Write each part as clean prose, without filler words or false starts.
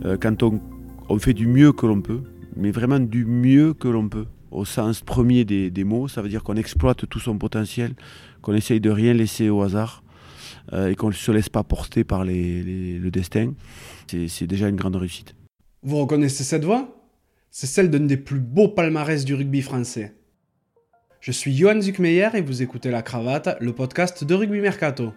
quand on fait du mieux que l'on peut, mais vraiment du mieux que l'on peut, au sens premier des mots, ça veut dire qu'on exploite tout son potentiel, qu'on essaye de rien laisser au hasard et qu'on ne se laisse pas porter par le destin, c'est déjà une grande réussite. Vous reconnaissez cette voix ? C'est celle d'un des plus beaux palmarès du rugby français. Je suis Johan Zuckmeyer et vous écoutez La Cravate, le podcast de Rugby Mercato.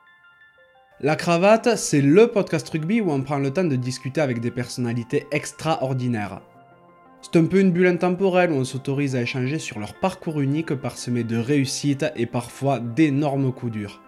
La Cravate, c'est le podcast rugby où on prend le temps de discuter avec des personnalités extraordinaires. C'est un peu une bulle intemporelle où on s'autorise à échanger sur leur parcours unique parsemé de réussites et parfois d'énormes coups durs.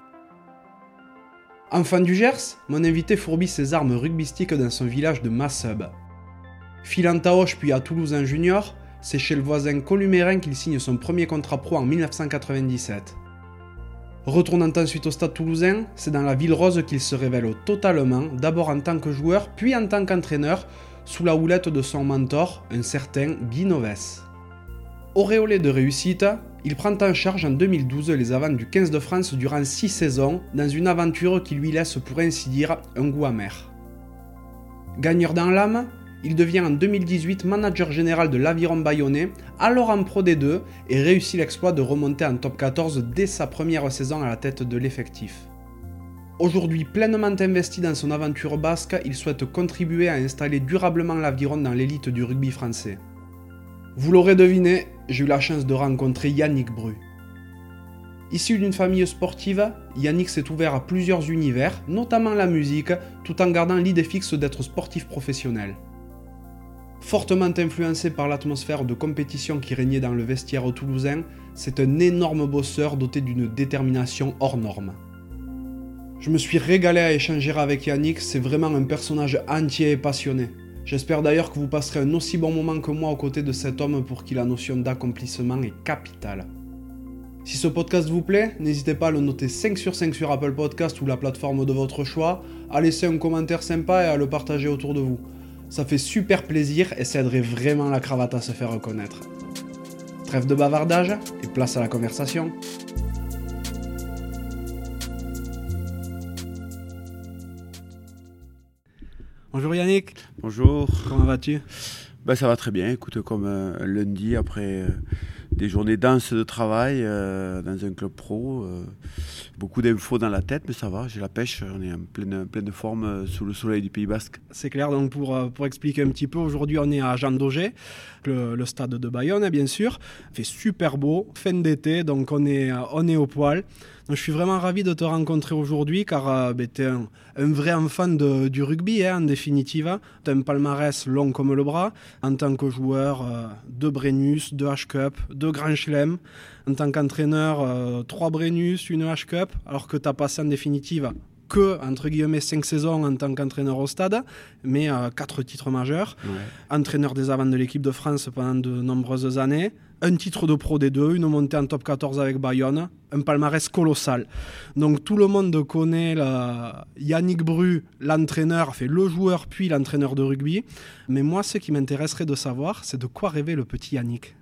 Enfant du Gers, mon invité fourbit ses armes rugbystiques dans son village de Massub. Filant à Auch puis à Toulouse en junior, c'est chez le voisin columérin qu'il signe son premier contrat pro en 1997. Retournant ensuite au stade toulousain, c'est dans la Ville Rose qu'il se révèle totalement, d'abord en tant que joueur, puis en tant qu'entraîneur, sous la houlette de son mentor, un certain Guy Novès. Auréolé de réussite, il prend en charge en 2012 les avants du 15 de France durant 6 saisons, dans une aventure qui lui laisse pour ainsi dire un goût amer. Gagneur dans l'âme, il devient en 2018 manager général de l'Aviron Bayonnais, alors en Pro D2, et réussit l'exploit de remonter en top 14 dès sa première saison à la tête de l'effectif. Aujourd'hui pleinement investi dans son aventure basque, il souhaite contribuer à installer durablement l'Aviron dans l'élite du rugby français. Vous l'aurez deviné, j'ai eu la chance de rencontrer Yannick Bru. Issu d'une famille sportive, Yannick s'est ouvert à plusieurs univers, notamment la musique, tout en gardant l'idée fixe d'être sportif professionnel. Fortement influencé par l'atmosphère de compétition qui régnait dans le vestiaire toulousain, c'est un énorme bosseur doté d'une détermination hors norme. Je me suis régalé à échanger avec Yannick, c'est vraiment un personnage entier et passionné. J'espère d'ailleurs que vous passerez un aussi bon moment que moi aux côtés de cet homme pour qui la notion d'accomplissement est capitale. Si ce podcast vous plaît, n'hésitez pas à le noter 5 sur 5 sur Apple Podcast ou la plateforme de votre choix, à laisser un commentaire sympa et à le partager autour de vous. Ça fait super plaisir et ça aiderait vraiment La Cravate à se faire reconnaître. Trêve de bavardage et place à la conversation. Bonjour Yannick. Bonjour. Comment vas-tu ? Ça va très bien, écoute, comme un lundi après des journées denses de travail dans un club pro, beaucoup d'infos dans la tête, mais ça va, j'ai la pêche, on est en pleine forme sous le soleil du Pays Basque. C'est clair, donc pour expliquer un petit peu, aujourd'hui on est à Jean Daugé, le stade de Bayonne bien sûr, il fait super beau, fin d'été, donc on est au poil. Donc je suis vraiment ravi de te rencontrer aujourd'hui car tu es un vrai enfant du rugby en définitive. Tu as un palmarès long comme le bras en tant que joueur de Brennus, de H-Cup, de Grand Chelem. En tant qu'entraîneur, 3 Brennus, une H-Cup, alors que tu as passé en définitive que, entre guillemets, 5 saisons en tant qu'entraîneur au stade, mais 4 titres majeurs. Ouais. Entraîneur des avants de l'équipe de France pendant de nombreuses années. Un titre de Pro D2, une montée en top 14 avec Bayonne, un palmarès colossal. Donc tout le monde connaît Yannick Bru, l'entraîneur, le joueur puis l'entraîneur de rugby. Mais moi, ce qui m'intéresserait de savoir, c'est de quoi rêvait le petit Yannick.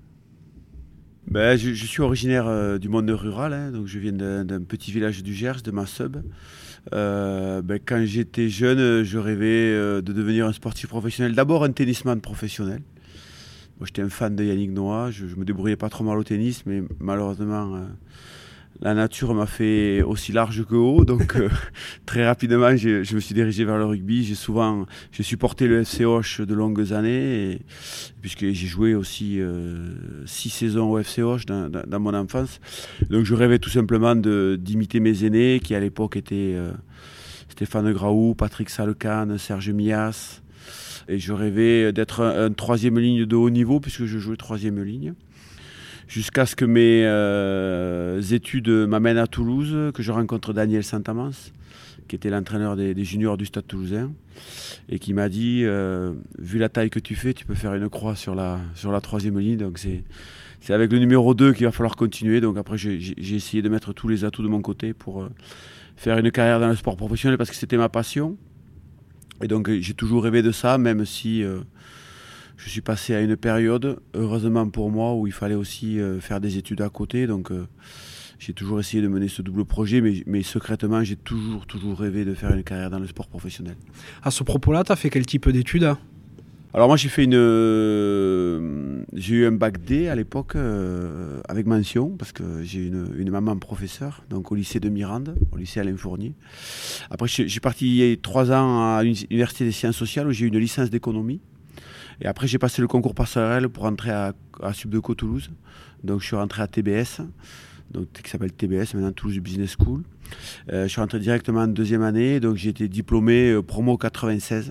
Je suis originaire du monde rural, donc je viens d'un petit village du Gers, de Massub. Quand j'étais jeune, je rêvais de devenir un sportif professionnel, d'abord un tennisman professionnel. Moi, j'étais un fan de Yannick Noah, je me débrouillais pas trop mal au tennis, mais malheureusement, la nature m'a fait aussi large que haut, donc très rapidement, je me suis dirigé vers le rugby. J'ai supporté le FC Auch de longues années, puisque j'ai joué aussi 6 saisons au FC Auch dans mon enfance. Donc, je rêvais tout simplement d'imiter mes aînés, qui à l'époque étaient Stéphane Graou, Patrick Salcan, Serge Mias. Et je rêvais d'être un 3e ligne de haut niveau, puisque je jouais 3e ligne. Jusqu'à ce que mes études m'amènent à Toulouse, que je rencontre Daniel Santamans, qui était l'entraîneur des juniors du Stade Toulousain, et qui m'a dit, vu la taille que tu fais, tu peux faire une croix sur la 3e ligne. Donc c'est avec le numéro 2 qu'il va falloir continuer. Donc après, j'ai essayé de mettre tous les atouts de mon côté pour faire une carrière dans le sport professionnel, parce que c'était ma passion. Et donc j'ai toujours rêvé de ça, même si je suis passé à une période, heureusement pour moi, où il fallait aussi faire des études à côté. Donc j'ai toujours essayé de mener ce double projet, mais secrètement, j'ai toujours rêvé de faire une carrière dans le sport professionnel. À ce propos-là, tu as fait quel type d'études? Alors moi, j'ai eu un bac D à l'époque avec mention, parce que j'ai une maman professeure, donc au lycée de Mirande, au lycée Alain Fournier. Après, j'ai parti 3 ans à l'Université des Sciences Sociales où j'ai eu une licence d'économie. Et après, j'ai passé le concours passerelle pour entrer à Subdeco Toulouse. Donc, je suis rentré à TBS, donc, qui s'appelle TBS, maintenant Toulouse Business School. Je suis rentré directement en 2e année, donc j'ai été diplômé promo 96.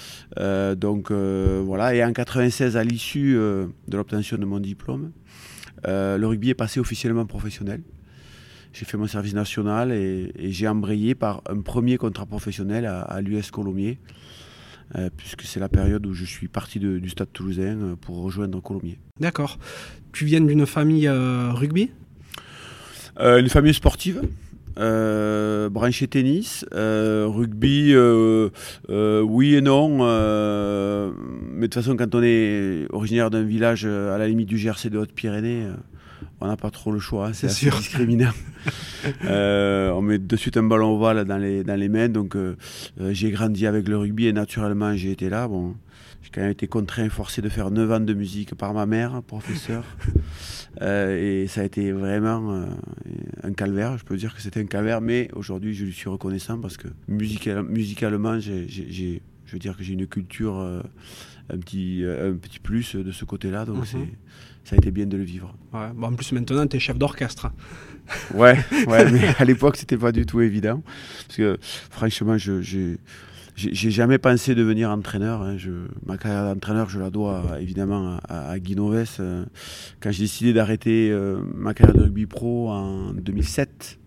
Voilà, et en 96, à l'issue de l'obtention de mon diplôme, le rugby est passé officiellement professionnel. J'ai fait mon service national et j'ai embrayé par un premier contrat professionnel à l'US Colomiers. Puisque c'est la période où je suis parti du Stade Toulousain pour rejoindre Colomiers. D'accord. Tu viens d'une famille rugby? Une famille sportive, branchée tennis, rugby, oui et non. Mais de toute façon, quand on est originaire d'un village à la limite du GRC de Hautes-Pyrénées, on n'a pas trop le choix, c'est assez discriminant. On met de suite un ballon ovale dans les mains, donc j'ai grandi avec le rugby et naturellement j'ai été là. Bon, j'ai quand même été contraint, forcé de faire 9 ans de musique par ma mère, professeur. Et ça a été vraiment un calvaire, je peux dire que c'était un calvaire, mais aujourd'hui je lui suis reconnaissant parce que musicalement, je veux dire que j'ai une culture un petit plus de ce côté-là, donc ça a été bien de le vivre. Ouais, bon, en plus maintenant tu es chef d'orchestre. Ouais, mais à l'époque c'était pas du tout évident, parce que franchement j'ai jamais pensé devenir entraîneur. Hein. Ma carrière d'entraîneur, je la dois évidemment à Guy Novès. Quand j'ai décidé d'arrêter ma carrière de rugby pro en 2007,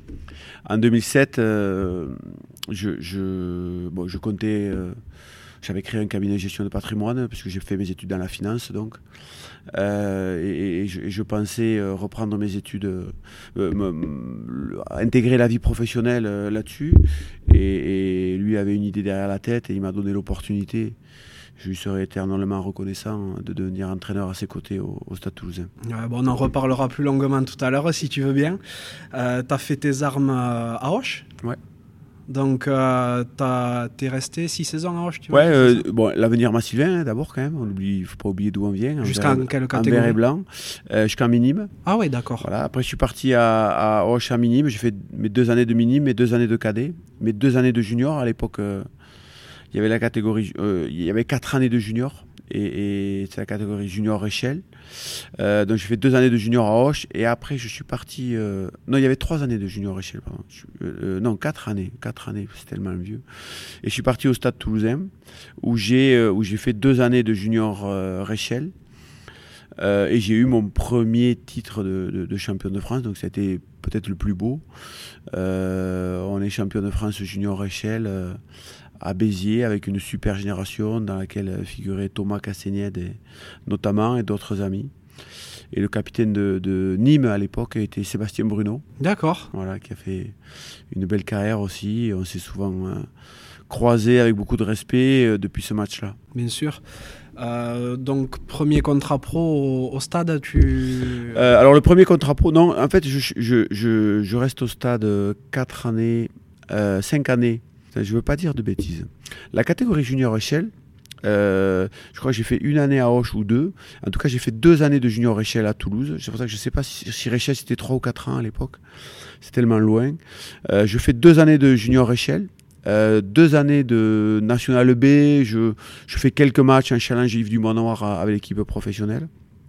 je comptais... j'avais créé un cabinet de gestion de patrimoine, puisque j'ai fait mes études dans la finance, donc. Et je pensais reprendre mes études, intégrer la vie professionnelle là-dessus. Et lui avait une idée derrière la tête et il m'a donné l'opportunité. Je lui serai éternellement reconnaissant de devenir entraîneur à ses côtés au Stade Toulousain. On en reparlera plus longuement tout à l'heure, si tu veux bien. Tu as fait tes armes à Auch. Ouais. Donc, t'es resté 6 saisons à Auch, tu vois. Bon, l'avenir Massylvain, d'abord, quand même. Il ne faut pas oublier d'où on vient. Jusqu'à quelle catégorie? En vert et blanc. Jusqu'en minime. Ah oui, d'accord. Voilà. Après, je suis parti à Auch en minime. J'ai fait mes 2 années de minime, mes 2 années de cadet, mes 2 années de junior. À l'époque, il y avait la catégorie... il y avait 4 années de junior. Et c'est la catégorie junior échelle. Donc j'ai fait 2 années de junior à Auch et après je suis parti... Non, il y avait 3 années de junior échelle, pardon. Non, 4 années, c'est tellement vieux. Et je suis parti au Stade Toulousain où j'ai fait 2 années de junior échelle. Et j'ai eu mon premier titre de champion de France, donc c'était peut-être le plus beau. On est champion de France junior échelle à Béziers avec une super génération dans laquelle figurait Thomas Castagnède notamment et d'autres amis. Et le capitaine de Nîmes à l'époque était Sébastien Bruno. D'accord. Voilà, qui a fait une belle carrière aussi. On s'est souvent croisés avec beaucoup de respect depuis ce match-là. Bien sûr. Donc, premier contrat pro au stade, alors, le premier contrat pro, non. En fait, je reste au stade 4 années, 5 années. Je ne veux pas dire de bêtises. La catégorie junior échelle, je crois que j'ai fait 1 année à Auch ou 2. En tout cas, j'ai fait 2 années de junior échelle à Toulouse. C'est pour ça que je ne sais pas si échelle c'était 3 ou 4 ans à l'époque. C'est tellement loin. Je fais 2 années de junior échelle. 2 années de National B, je fais quelques matchs en challenge Yves du Manoir avec l'équipe professionnelle.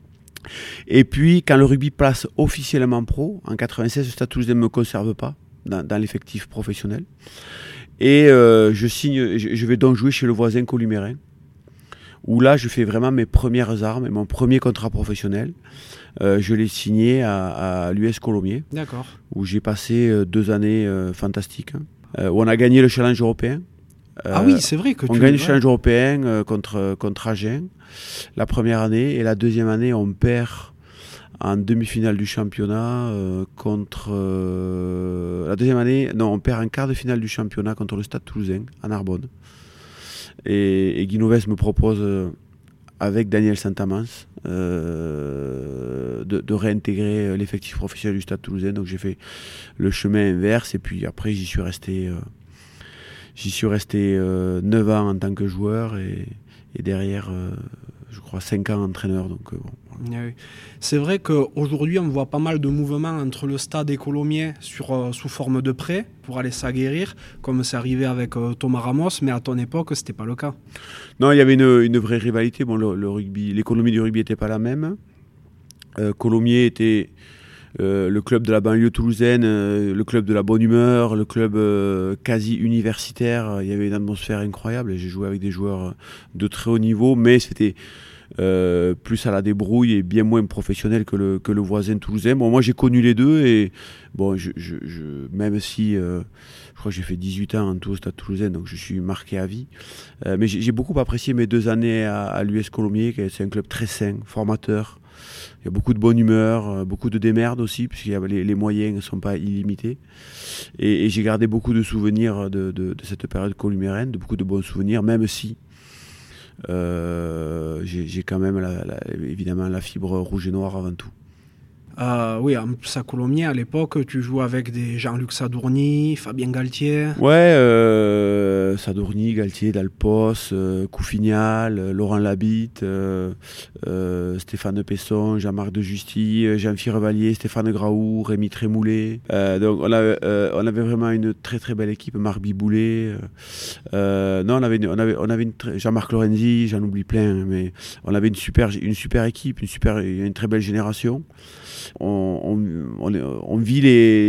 Et puis, quand le rugby place officiellement pro, en 96, le Stade Toulousain ne me conserve pas dans l'effectif professionnel. Et je vais donc jouer chez le voisin Columérin, où là, je fais vraiment mes premières armes et mon premier contrat professionnel. Je l'ai signé à l'US Colomiers, d'accord, où j'ai passé 2 années fantastiques. Où on a gagné le challenge européen. Ah oui, c'est vrai que on gagne le challenge européen contre Agen la première année, et la deuxième année on perd en demi-finale du championnat la deuxième année, non, on perd en quart de finale du championnat contre le Stade Toulousain en Narbonne. Et Guy Novès me propose avec Daniel Saint-Amans, de réintégrer l'effectif professionnel du Stade Toulousain. Donc j'ai fait le chemin inverse et puis après j'y suis resté 9 ans en tant que joueur et derrière je crois 5 ans entraîneur. Donc bon. Oui. C'est vrai qu'aujourd'hui, on voit pas mal de mouvements entre le Stade et Colomiers sous forme de prêt pour aller s'aguerrir, comme c'est arrivé avec Thomas Ramos, mais à ton époque, c'était pas le cas. Non, il y avait une vraie rivalité. Bon, le rugby, l'économie du rugby n'était pas la même. Colomiers était le club de la banlieue toulousaine, le club de la bonne humeur, le club quasi universitaire. Il y avait une atmosphère incroyable. J'ai joué avec des joueurs de très haut niveau, mais c'était plus à la débrouille et bien moins professionnel que le voisin toulousain. Bon, moi j'ai connu les deux et bon, même si je crois que j'ai fait 18 ans en tout au Stade Toulousain, donc je suis marqué à vie. Mais j'ai beaucoup apprécié mes 2 années à l'US Colomiers, c'est un club très sain, formateur. Il y a beaucoup de bonne humeur, beaucoup de démerde aussi, puisque les moyens ne sont pas illimités. Et j'ai gardé beaucoup de souvenirs de cette période colomiéraine, de beaucoup de bons souvenirs, même si j'ai quand même évidemment la fibre rouge et noire avant tout. Oui, en plus à Colomiers, à l'époque, tu joues avec des Jean-Luc Sadourny, Fabien Galtier. Ouais, Sadourny, Galtier, Dalpos, Couffignal, Laurent Labitte, Stéphane Pesson, Jean-Marc de Justy, Jean-Philippe Revalier, Stéphane Graou, Rémi Trémoulet. Donc on avait vraiment une très très belle équipe, Marc Biboulet. Non, on avait Jean-Marc Lorenzi, j'en oublie plein, mais on avait une super équipe, une très belle génération. On vit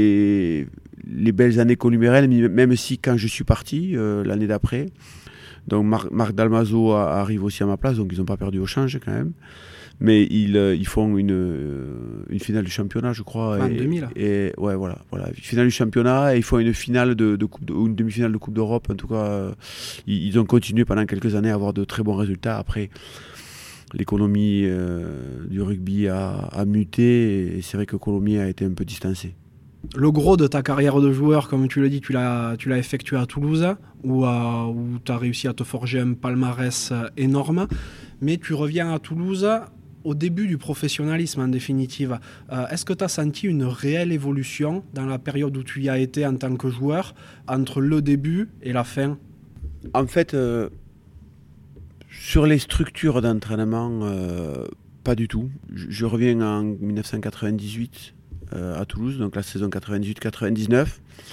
les belles années colomiéraines, même si quand je suis parti l'année d'après, donc Marc Dalmazo arrive aussi à ma place, donc ils n'ont pas perdu au change quand même, mais ils font une finale du championnat, je crois. En 2000. Et ouais, voilà, finale du championnat, et ils font une finale ou une demi-finale de Coupe d'Europe. En tout cas, ils ont continué pendant quelques années à avoir de très bons résultats. Après, l'économie du rugby a muté et c'est vrai que Colomiers a été un peu distancé. Le gros de ta carrière de joueur, comme tu le dis, tu l'as effectué à Toulouse, où tu as réussi à te forger un palmarès énorme. Mais tu reviens à Toulouse au début du professionnalisme en définitive. Est-ce que tu as senti une réelle évolution dans la période où tu y as été en tant que joueur, entre le début et la fin ? En fait, sur les structures d'entraînement, pas du tout. Je reviens en 1998 à Toulouse, donc la saison 98-99.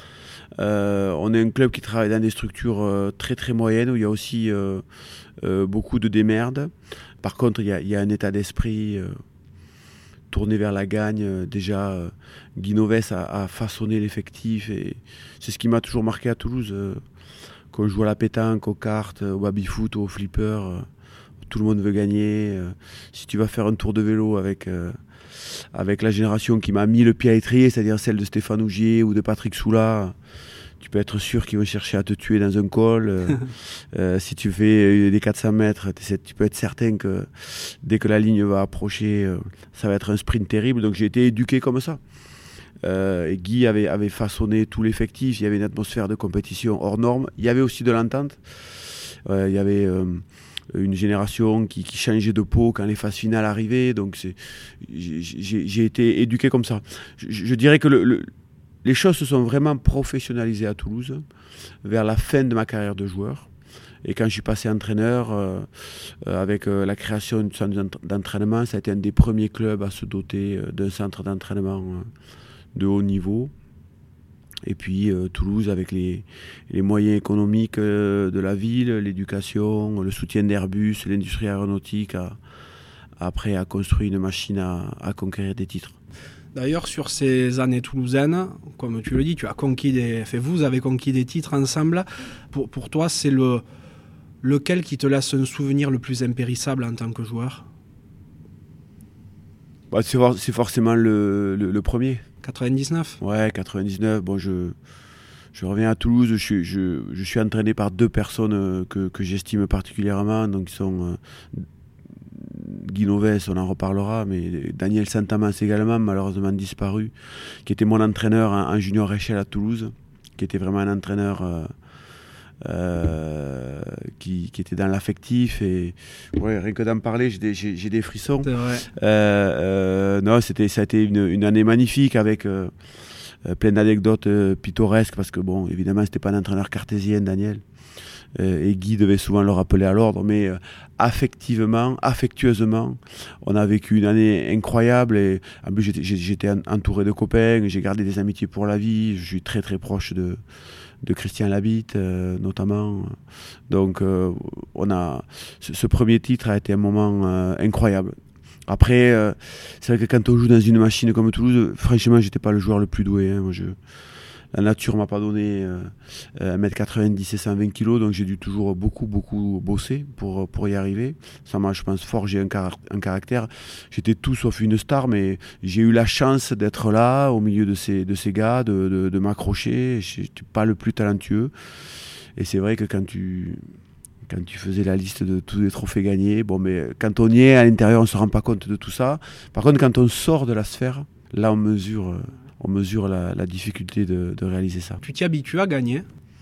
On est un club qui travaille dans des structures très très moyennes, où il y a aussi beaucoup de démerde. Par contre, il y a un état d'esprit tourné vers la gagne. Déjà, Guy Novès a façonné l'effectif, et c'est ce qui m'a toujours marqué à Toulouse. Quand on joue à la pétanque, aux cartes, au baby-foot, au flipper, tout le monde veut gagner. Si tu vas faire un tour de vélo avec la génération qui m'a mis le pied à l'étrier, c'est-à-dire celle de Stéphane Ougier ou de Patrick Soula, tu peux être sûr qu'ils vont chercher à te tuer dans un col. Si tu fais des 400 mètres, tu peux être certain que dès que la ligne va approcher, ça va être un sprint terrible. Donc j'ai été éduqué comme ça. Et Guy avait façonné tout l'effectif. Il y avait une atmosphère de compétition hors norme. Il y avait aussi de l'entente. Il y avait une génération qui changeait de peau quand les phases finales arrivaient. Donc j'ai été éduqué comme ça. Je dirais que les choses se sont vraiment professionnalisées à Toulouse vers la fin de ma carrière de joueur. Et quand je suis passé entraîneur, avec la création du centre d'entraînement, ça a été un des premiers clubs à se doter d'un centre d'entraînement de haut niveau. Et puis Toulouse, avec les moyens économiques de la ville, l'éducation, le soutien d'Airbus, l'industrie aéronautique, après a construit une machine à conquérir des titres. D'ailleurs, sur ces années toulousaines, comme tu le dis, vous avez conquis des titres ensemble. Pour toi, c'est lequel qui te laisse un souvenir le plus impérissable en tant que joueur ? Bah, c'est forcément le premier. 99 ? Ouais, 99. Bon, je reviens à Toulouse. Je suis entraîné par 2 personnes que j'estime particulièrement. Donc, ils sont Guy Novès, on en reparlera, mais Daniel Saint-Amans également, malheureusement disparu, qui était mon entraîneur en junior échelle à Toulouse, qui était vraiment un entraîneur qui était dans l'affectif. Et ouais, rien que d'en parler, j'ai des frissons. C'est vrai. Non, ça a été une année magnifique avec plein d'anecdotes pittoresques parce que, bon, évidemment, c'était pas un entraîneur cartésien, Daniel. Et Guy devait souvent le rappeler à l'ordre, mais affectueusement, on a vécu une année incroyable. Et en plus, j'étais entouré de copains, j'ai gardé des amitiés pour la vie. Je suis très très proche de Christian Labitte, notamment. Donc, ce premier titre a été un moment incroyable. Après, c'est vrai que quand on joue dans une machine comme Toulouse, franchement, j'étais pas le joueur le plus doué. Hein. La nature m'a pas donné 1m90 et 120 kg, donc j'ai dû toujours beaucoup bosser pour y arriver. Ça m'a, je pense, forgé un caractère. J'étais tout sauf une star, mais j'ai eu la chance d'être là, au milieu de ces gars, de m'accrocher. Je n'étais pas le plus talentueux. Et c'est vrai que quand tu faisais la liste de tous les trophées gagnés, bon, mais quand on y est à l'intérieur, on ne se rend pas compte de tout ça. Par contre, quand on sort de la sphère, là, on mesure la difficulté de réaliser ça. Tu t'y habitues à gagner?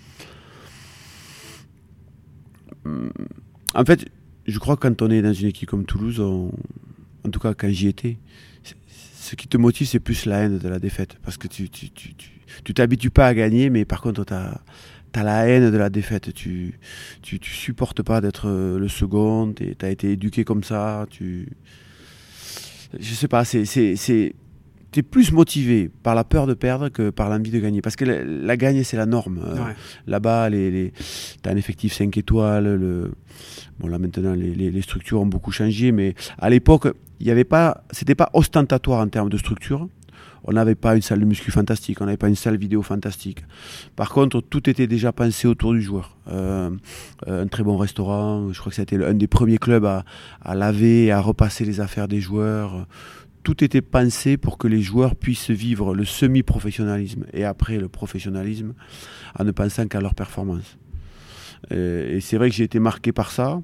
En fait, je crois que quand on est dans une équipe comme Toulouse, en tout cas quand j'y étais, ce qui te motive, c'est plus la haine de la défaite. Parce que tu t'habitues pas à gagner, mais par contre, t'as la haine de la défaite. Tu supportes pas d'être le second, t'as été éduqué comme ça. Je sais pas, t'es plus motivé par la peur de perdre que par l'envie de gagner. Parce que la gagne, c'est la norme. Ouais. Là-bas, t'as un effectif 5 étoiles. Bon, là, maintenant, les structures ont beaucoup changé. Mais à l'époque, c'était pas ostentatoire en termes de structure. On n'avait pas une salle de muscu fantastique. On n'avait pas une salle vidéo fantastique. Par contre, tout était déjà pensé autour du joueur. Un très bon restaurant. Je crois que c'était un des premiers clubs à laver, à repasser les affaires des joueurs. Tout était pensé pour que les joueurs puissent vivre le semi-professionnalisme et après le professionnalisme en ne pensant qu'à leur performance. Et c'est vrai que j'ai été marqué par ça.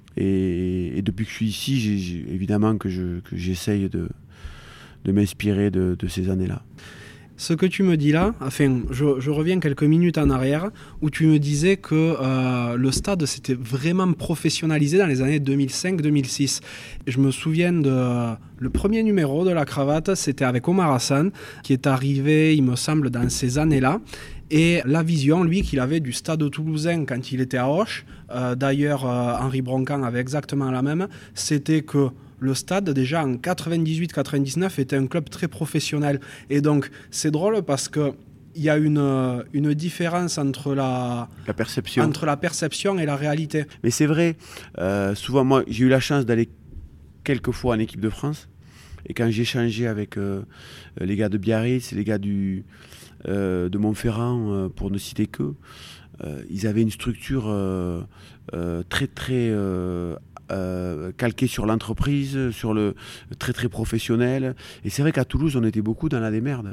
Et depuis que je suis ici, évidemment que j'essaye de m'inspirer de ces années-là. Ce que tu me dis là, enfin, je reviens quelques minutes en arrière, où tu me disais que le stade s'était vraiment professionnalisé dans les années 2005-2006. Je me souviens le premier numéro de La Cravate, c'était avec Omar Hassan, qui est arrivé, il me semble, dans ces années-là. Et la vision, lui, qu'il avait du stade toulousain quand il était à Auch, d'ailleurs Henri Broncan avait exactement la même, c'était que le stade, déjà en 98-99, était un club très professionnel. Et donc, c'est drôle parce qu'il y a une différence entre la perception et la réalité. Mais c'est vrai, souvent, moi, j'ai eu la chance d'aller quelques fois en équipe de France. Et quand j'ai échangé avec les gars de Biarritz, les gars de Montferrand, pour ne citer qu'eux, ils avaient une structure très, très calqué sur l'entreprise, sur le très très professionnel. Et c'est vrai qu'à Toulouse, on était beaucoup dans la démerde.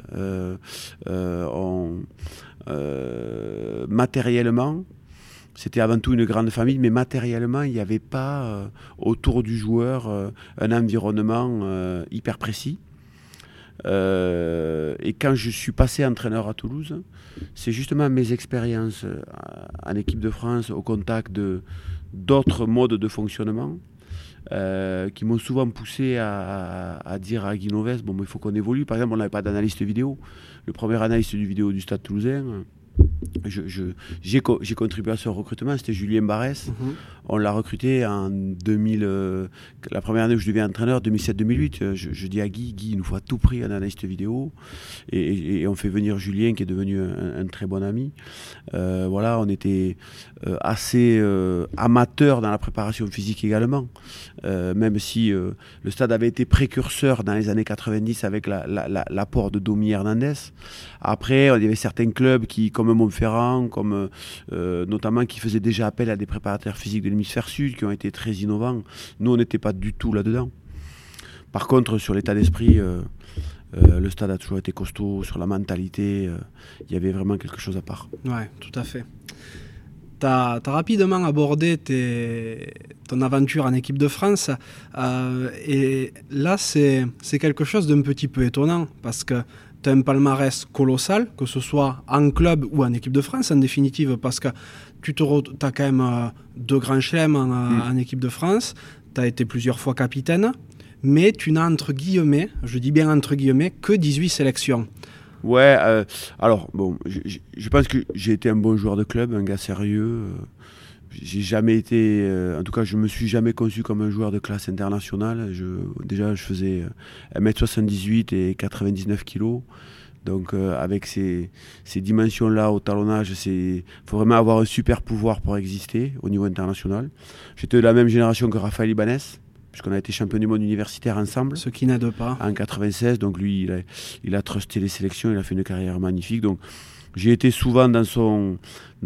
Matériellement, c'était avant tout une grande famille, mais matériellement, il n'y avait pas autour du joueur un environnement hyper précis. Et quand je suis passé entraîneur à Toulouse, c'est justement mes expériences en équipe de France au contact d'autres modes de fonctionnement qui m'ont souvent poussé à dire à Guy Novès, bon, il faut qu'on évolue. Par exemple, on n'avait pas d'analyste vidéo. Le premier analyste du vidéo du Stade Toulousain, j'ai contribué à son recrutement, c'était Julien Barès. On l'a recruté en 2000, la première année où je deviens entraîneur, 2007-2008. Je dis à Guy, il nous faut à tout prix un analyste vidéo. Et on fait venir Julien, qui est devenu un très bon ami. Voilà, on était assez amateurs dans la préparation physique également. Même si le stade avait été précurseur dans les années 90 avec l'apport de Domi Hernandez. Après, il y avait certains clubs qui, comme Montferrand, notamment, qui faisaient déjà appel à des préparateurs physiques de l'hémisphère sud, qui ont été très innovants. Nous, on n'était pas du tout là-dedans. Par contre, sur l'état d'esprit, le stade a toujours été costaud. Sur la mentalité, il y avait vraiment quelque chose à part. Ouais, tout à fait. Tu as rapidement abordé ton aventure en équipe de France et là c'est quelque chose d'un petit peu étonnant parce que tu as un palmarès colossal, que ce soit en club ou en équipe de France, en définitive, parce que tu as quand même 2 grands chelems en équipe de France, tu as été plusieurs fois capitaine, mais tu n'as entre guillemets, je dis bien entre guillemets, que 18 sélections. Ouais, alors, bon, je pense que j'ai été un bon joueur de club, un gars sérieux. J'ai jamais été, en tout cas, je me suis jamais conçu comme un joueur de classe internationale. Déjà, je faisais 1m78 et 99 kg. Donc, avec ces dimensions-là au talonnage, il faut vraiment avoir un super pouvoir pour exister au niveau international. J'étais de la même génération que Raphaël Ibanez, puisqu'on a été champion du monde universitaire ensemble. Ce qui n'aide pas. En 96, donc lui, il a trusté les sélections, il a fait une carrière magnifique. Donc, j'ai été souvent dans son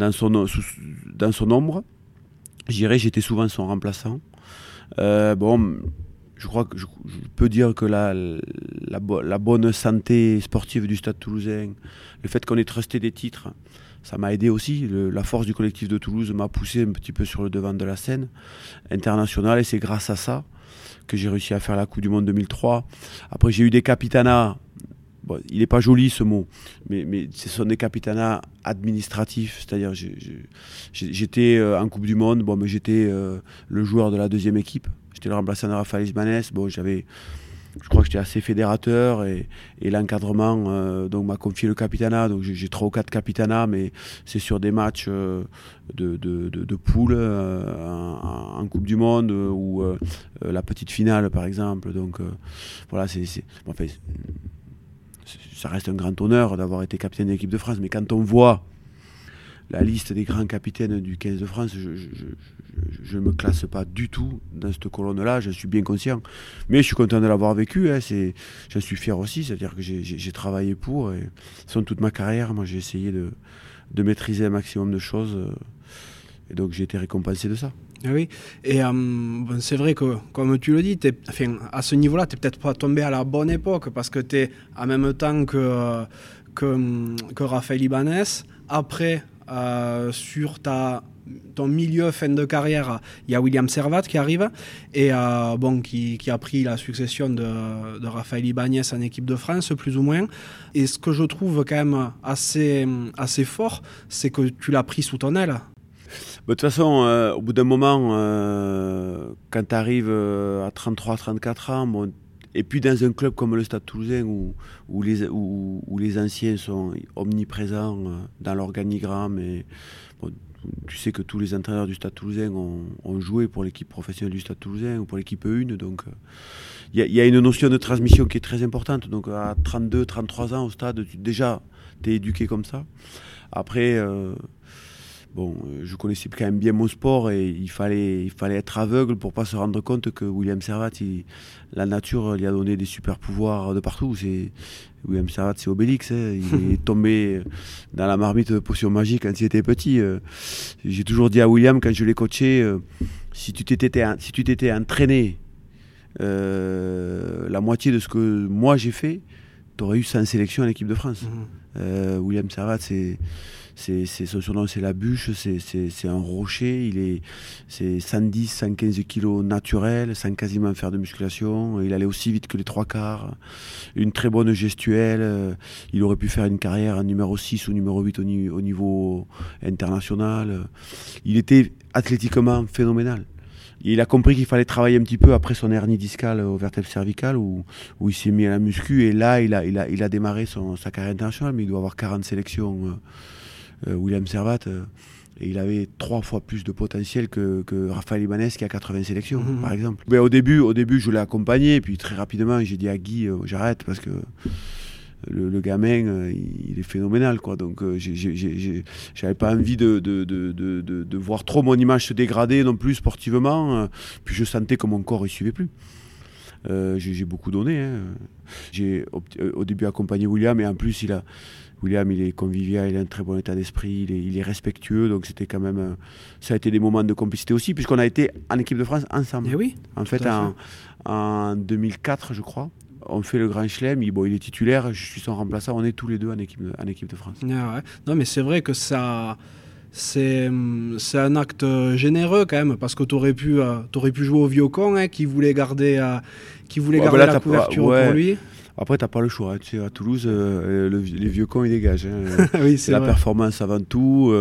ombre. Je dirais j'étais souvent son remplaçant. Bon, je crois que je peux dire que la bonne santé sportive du Stade Toulousain, le fait qu'on ait trusté des titres, ça m'a aidé aussi. La force du collectif de Toulouse m'a poussé un petit peu sur le devant de la scène internationale, et c'est grâce à ça que j'ai réussi à faire la Coupe du Monde 2003. Après, j'ai eu des capitanats. Bon, il n'est pas joli ce mot, mais ce sont des capitanats administratifs, c'est-à-dire j'étais en Coupe du Monde, bon, mais j'étais le joueur de la deuxième équipe, j'étais le remplaçant de Raphaël Ibanez, bon, je crois que j'étais assez fédérateur, et l'encadrement donc m'a confié le capitanat, donc j'ai 3 ou 4 capitanats, mais c'est sur des matchs de poule en Coupe du Monde, ou la petite finale par exemple, donc voilà, enfin, ça reste un grand honneur d'avoir été capitaine de l'équipe de France, mais quand on voit la liste des grands capitaines du 15 de France, je ne me classe pas du tout dans cette colonne-là, je suis bien conscient. Mais je suis content de l'avoir vécu, j'en suis fier aussi, c'est-à-dire que j'ai travaillé pour, et toute ma carrière, moi j'ai essayé de maîtriser un maximum de choses, et donc j'ai été récompensé de ça. Oui, et c'est vrai que, comme tu le dis, à ce niveau-là, tu n'es peut-être pas tombé à la bonne époque, parce que tu es en même temps que Raphaël Ibanez. Après, sur ton milieu fin de carrière, il y a William Servat qui arrive, et qui a pris la succession de Raphaël Ibanez en équipe de France, plus ou moins. Et ce que je trouve quand même assez fort, c'est que tu l'as pris sous ton aile. De toute façon, au bout d'un moment, quand tu arrives à 33-34 ans, bon, et puis dans un club comme le Stade Toulousain où les anciens sont omniprésents dans l'organigramme, et bon, tu sais que tous les entraîneurs du Stade Toulousain ont joué pour l'équipe professionnelle du Stade Toulousain ou pour l'équipe 1, donc il y a une notion de transmission qui est très importante. Donc à 32-33 ans au stade, déjà tu es éduqué comme ça. Après, bon, je connaissais quand même bien mon sport, et il fallait être aveugle pour pas se rendre compte que William Servat, la nature lui a donné des super pouvoirs de partout. William Servat, c'est Obélix, il est tombé dans la marmite de potions magiques quand il était petit. J'ai toujours dit à William, quand je l'ai coaché, si tu t'étais entraîné la moitié de ce que moi j'ai fait, tu aurais eu 100 sélections en équipe de France. William Servat, son surnom, c'est la bûche, c'est un rocher, c'est 110-115 kilos naturels, sans quasiment faire de musculation. Il allait aussi vite que les 3/4, une très bonne gestuelle. Il aurait pu faire une carrière en numéro 6 ou numéro 8 au niveau international. Il était athlétiquement phénoménal. Il a compris qu'il fallait travailler un petit peu après son hernie discale au vertèbre cervical, où il s'est mis à la muscu, et là il a démarré sa carrière internationale, mais il doit avoir 40 sélections, William Servat, et il avait 3 fois plus de potentiel que Raphaël Ibanez, qui a 80 sélections, par exemple. Mais au début je l'ai accompagné, et puis très rapidement j'ai dit à Guy, j'arrête, parce que le gamin, il est phénoménal, quoi. Donc j'avais pas envie de voir trop mon image se dégrader non plus sportivement, puis je sentais que mon corps il suivait plus. J'ai beaucoup donné, j'ai au début accompagné William, et en plus William, il est convivial, il a un très bon état d'esprit, il est respectueux, donc c'était quand même, ça a été des moments de complicité aussi, puisqu'on a été en équipe de France ensemble. Et oui, en fait, en 2004, je crois, on fait le Grand Chelem, il est titulaire, je suis son remplaçant, on est tous les deux en équipe de France. Ah ouais. Non, mais c'est vrai que ça, c'est un acte généreux quand même, parce que t'aurais pu jouer au vieux con, qui voulait garder la couverture pour lui. Après, tu n'as pas le choix. Tu sais, à Toulouse, les vieux cons, ils dégagent. Oui, c'est la performance avant tout.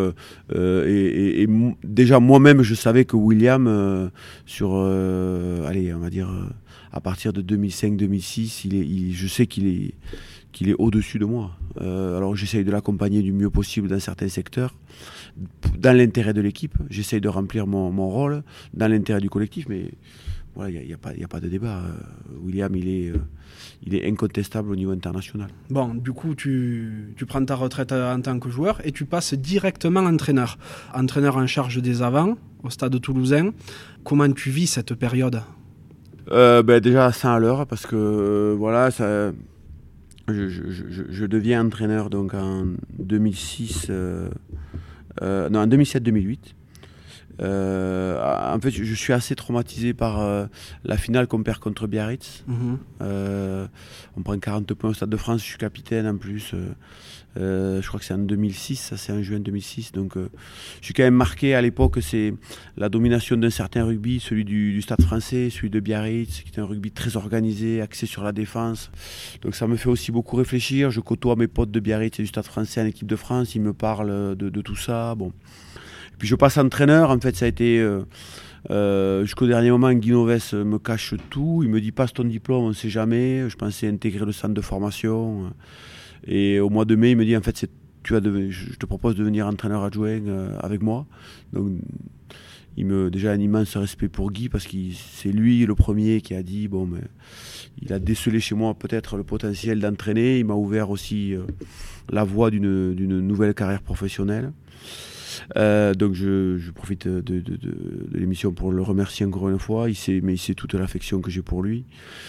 Déjà, moi-même, je savais que William, allez, on va dire, à partir de 2005-2006, je sais qu'il est au-dessus de moi. Alors, j'essaye de l'accompagner du mieux possible dans certains secteurs, dans l'intérêt de l'équipe. J'essaye de remplir mon rôle, dans l'intérêt du collectif, mais voilà, il n'y a pas de débat. William, il est incontestable au niveau international. Bon, du coup, tu prends ta retraite en tant que joueur et tu passes directement entraîneur. Entraîneur en charge des avants au Stade Toulousain. Comment tu vis cette période ? Déjà à 100 à l'heure, parce que je deviens entraîneur donc en 2006, en 2007-2008. En fait, je suis assez traumatisé par la finale qu'on perd contre Biarritz. On prend 40 points au Stade de France, je suis capitaine en plus. Je crois que c'est en 2006, ça c'est en juin 2006. Donc je suis quand même marqué à l'époque, c'est la domination d'un certain rugby, celui du Stade français, celui de Biarritz, qui est un rugby très organisé, axé sur la défense. Donc ça me fait aussi beaucoup réfléchir. Je côtoie mes potes de Biarritz et du Stade français en équipe de France, ils me parlent de tout ça. Bon. Puis je passe entraîneur, en fait ça a été jusqu'au dernier moment, Guy Novès me cache tout, il me dit passe ton diplôme, on ne sait jamais, je pensais intégrer le centre de formation, et au mois de mai il me dit en fait je te propose de devenir entraîneur adjoint avec moi. Donc déjà un immense respect pour Guy, parce que c'est lui le premier qui a dit il a décelé chez moi peut-être le potentiel d'entraîner, il m'a ouvert aussi la voie d'une nouvelle carrière professionnelle. Donc je profite de l'émission pour le remercier encore une fois. Il sait toute l'affection que j'ai pour lui.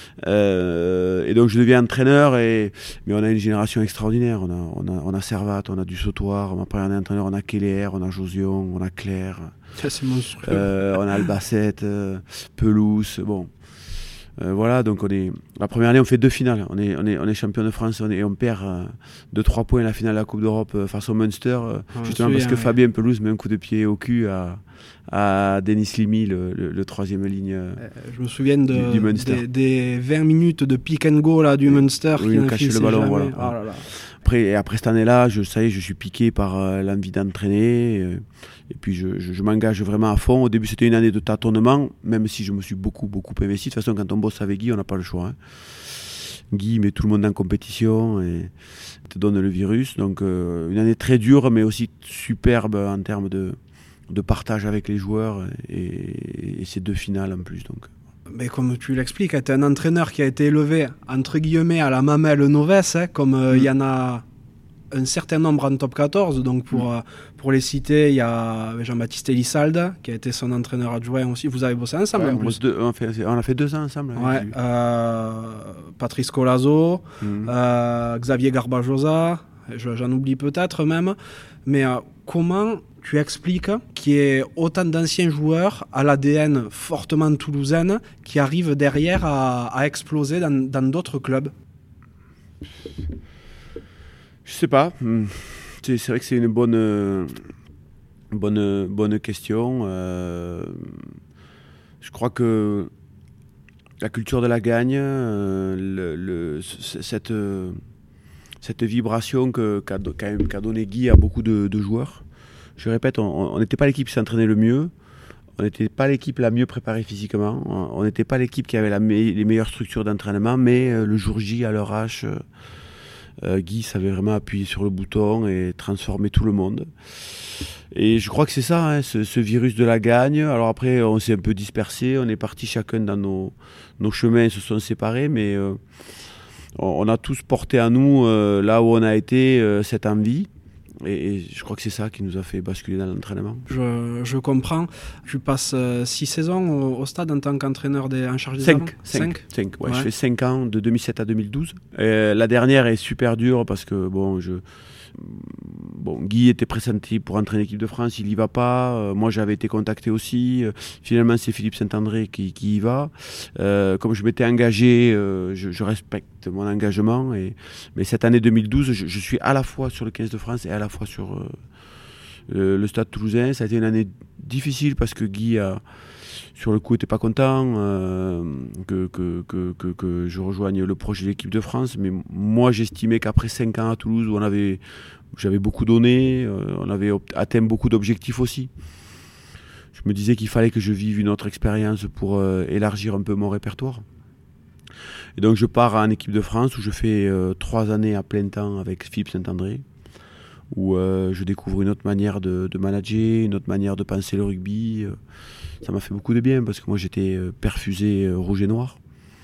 Et donc je deviens entraîneur, mais on a une génération extraordinaire. On a Servat, on a du Sautoir, après on a entraîneur, on a Keller, on a Josion, on a Claire. C'est monstrueux. On a Albacete, Pelouse, bon. Voilà, donc la première année on fait 2 finales, on est champion de France et on perd de 3 points la finale de la Coupe d'Europe face au Munster, justement parce que Fabien Pelouse met un coup de pied au cul à Denis Limy, le troisième ligne je me souviens du Munster. Des 20 minutes de pick and go là, du Munster qui ne cache le ballon, voilà. Oh là là. Après cette année-là, je suis piqué par l'envie d'entraîner, et puis je m'engage vraiment à fond. Au début, c'était une année de tâtonnement, même si je me suis beaucoup investi. De toute façon, quand on bosse avec Guy, on n'a pas le choix. Hein. Guy met tout le monde en compétition et te donne le virus. Donc, une année très dure, mais aussi superbe en termes de partage avec les joueurs, et ces 2 finales en plus. Donc. Mais comme tu l'expliques, tu es un entraîneur qui a été élevé entre guillemets à la mamelle Novès, comme il y en a un certain nombre en top 14. Donc pour les citer, il y a Jean-Baptiste Elissalde qui a été son entraîneur adjoint aussi. Vous avez bossé ensemble en plus. On a fait 2 ans ensemble. Ouais, Patrice Colazo, Xavier Garbajosa, j'en oublie peut-être même. Mais comment tu expliques qu'il y ait autant d'anciens joueurs à l'ADN fortement toulousaine qui arrivent derrière à exploser dans d'autres clubs ? Je sais pas. C'est vrai que c'est une bonne question. Je crois que la culture de la gagne, cette vibration qu'a donné Guy à beaucoup de joueurs. Je répète, on n'était pas l'équipe qui s'entraînait le mieux, on n'était pas l'équipe la mieux préparée physiquement, on n'était pas l'équipe qui avait les meilleures structures d'entraînement, mais le jour J, à leur H, Guy savait vraiment appuyer sur le bouton et transformer tout le monde. Et je crois que c'est ça, hein, ce virus de la gagne. Alors après, on s'est un peu dispersé, on est partis chacun dans nos chemins, se sont séparés, mais on a tous porté à nous, là où on a été, cette envie. Et je crois que c'est ça qui nous a fait basculer dans l'entraînement. Je comprends. Tu passes 6 saisons au Stade en tant qu'entraîneur en charge des 5. Ouais. Je fais 5 ans, de 2007 à 2012. La dernière est super dure parce que Guy était pressenti pour entraîner l'équipe de France, il n'y va pas. Moi, j'avais été contacté aussi. Finalement, c'est Philippe Saint-André qui y va. Comme je m'étais engagé, je respecte mon engagement. Mais cette année 2012, je suis à la fois sur le 15 de France et à la fois sur le Stade Toulousain. Ça a été une année difficile parce que Guy sur le coup, n'était pas content que je rejoigne le projet de l'équipe de France. Mais moi, j'estimais qu'après 5 ans à Toulouse, où j'avais beaucoup donné, on avait atteint beaucoup d'objectifs aussi. Je me disais qu'il fallait que je vive une autre expérience pour élargir un peu mon répertoire. Et donc je pars en équipe de France où je fais 3 années à plein temps avec Philippe Saint-André, où je découvre une autre manière de manager, une autre manière de penser le rugby. Ça m'a fait beaucoup de bien parce que moi j'étais perfusé rouge et noir.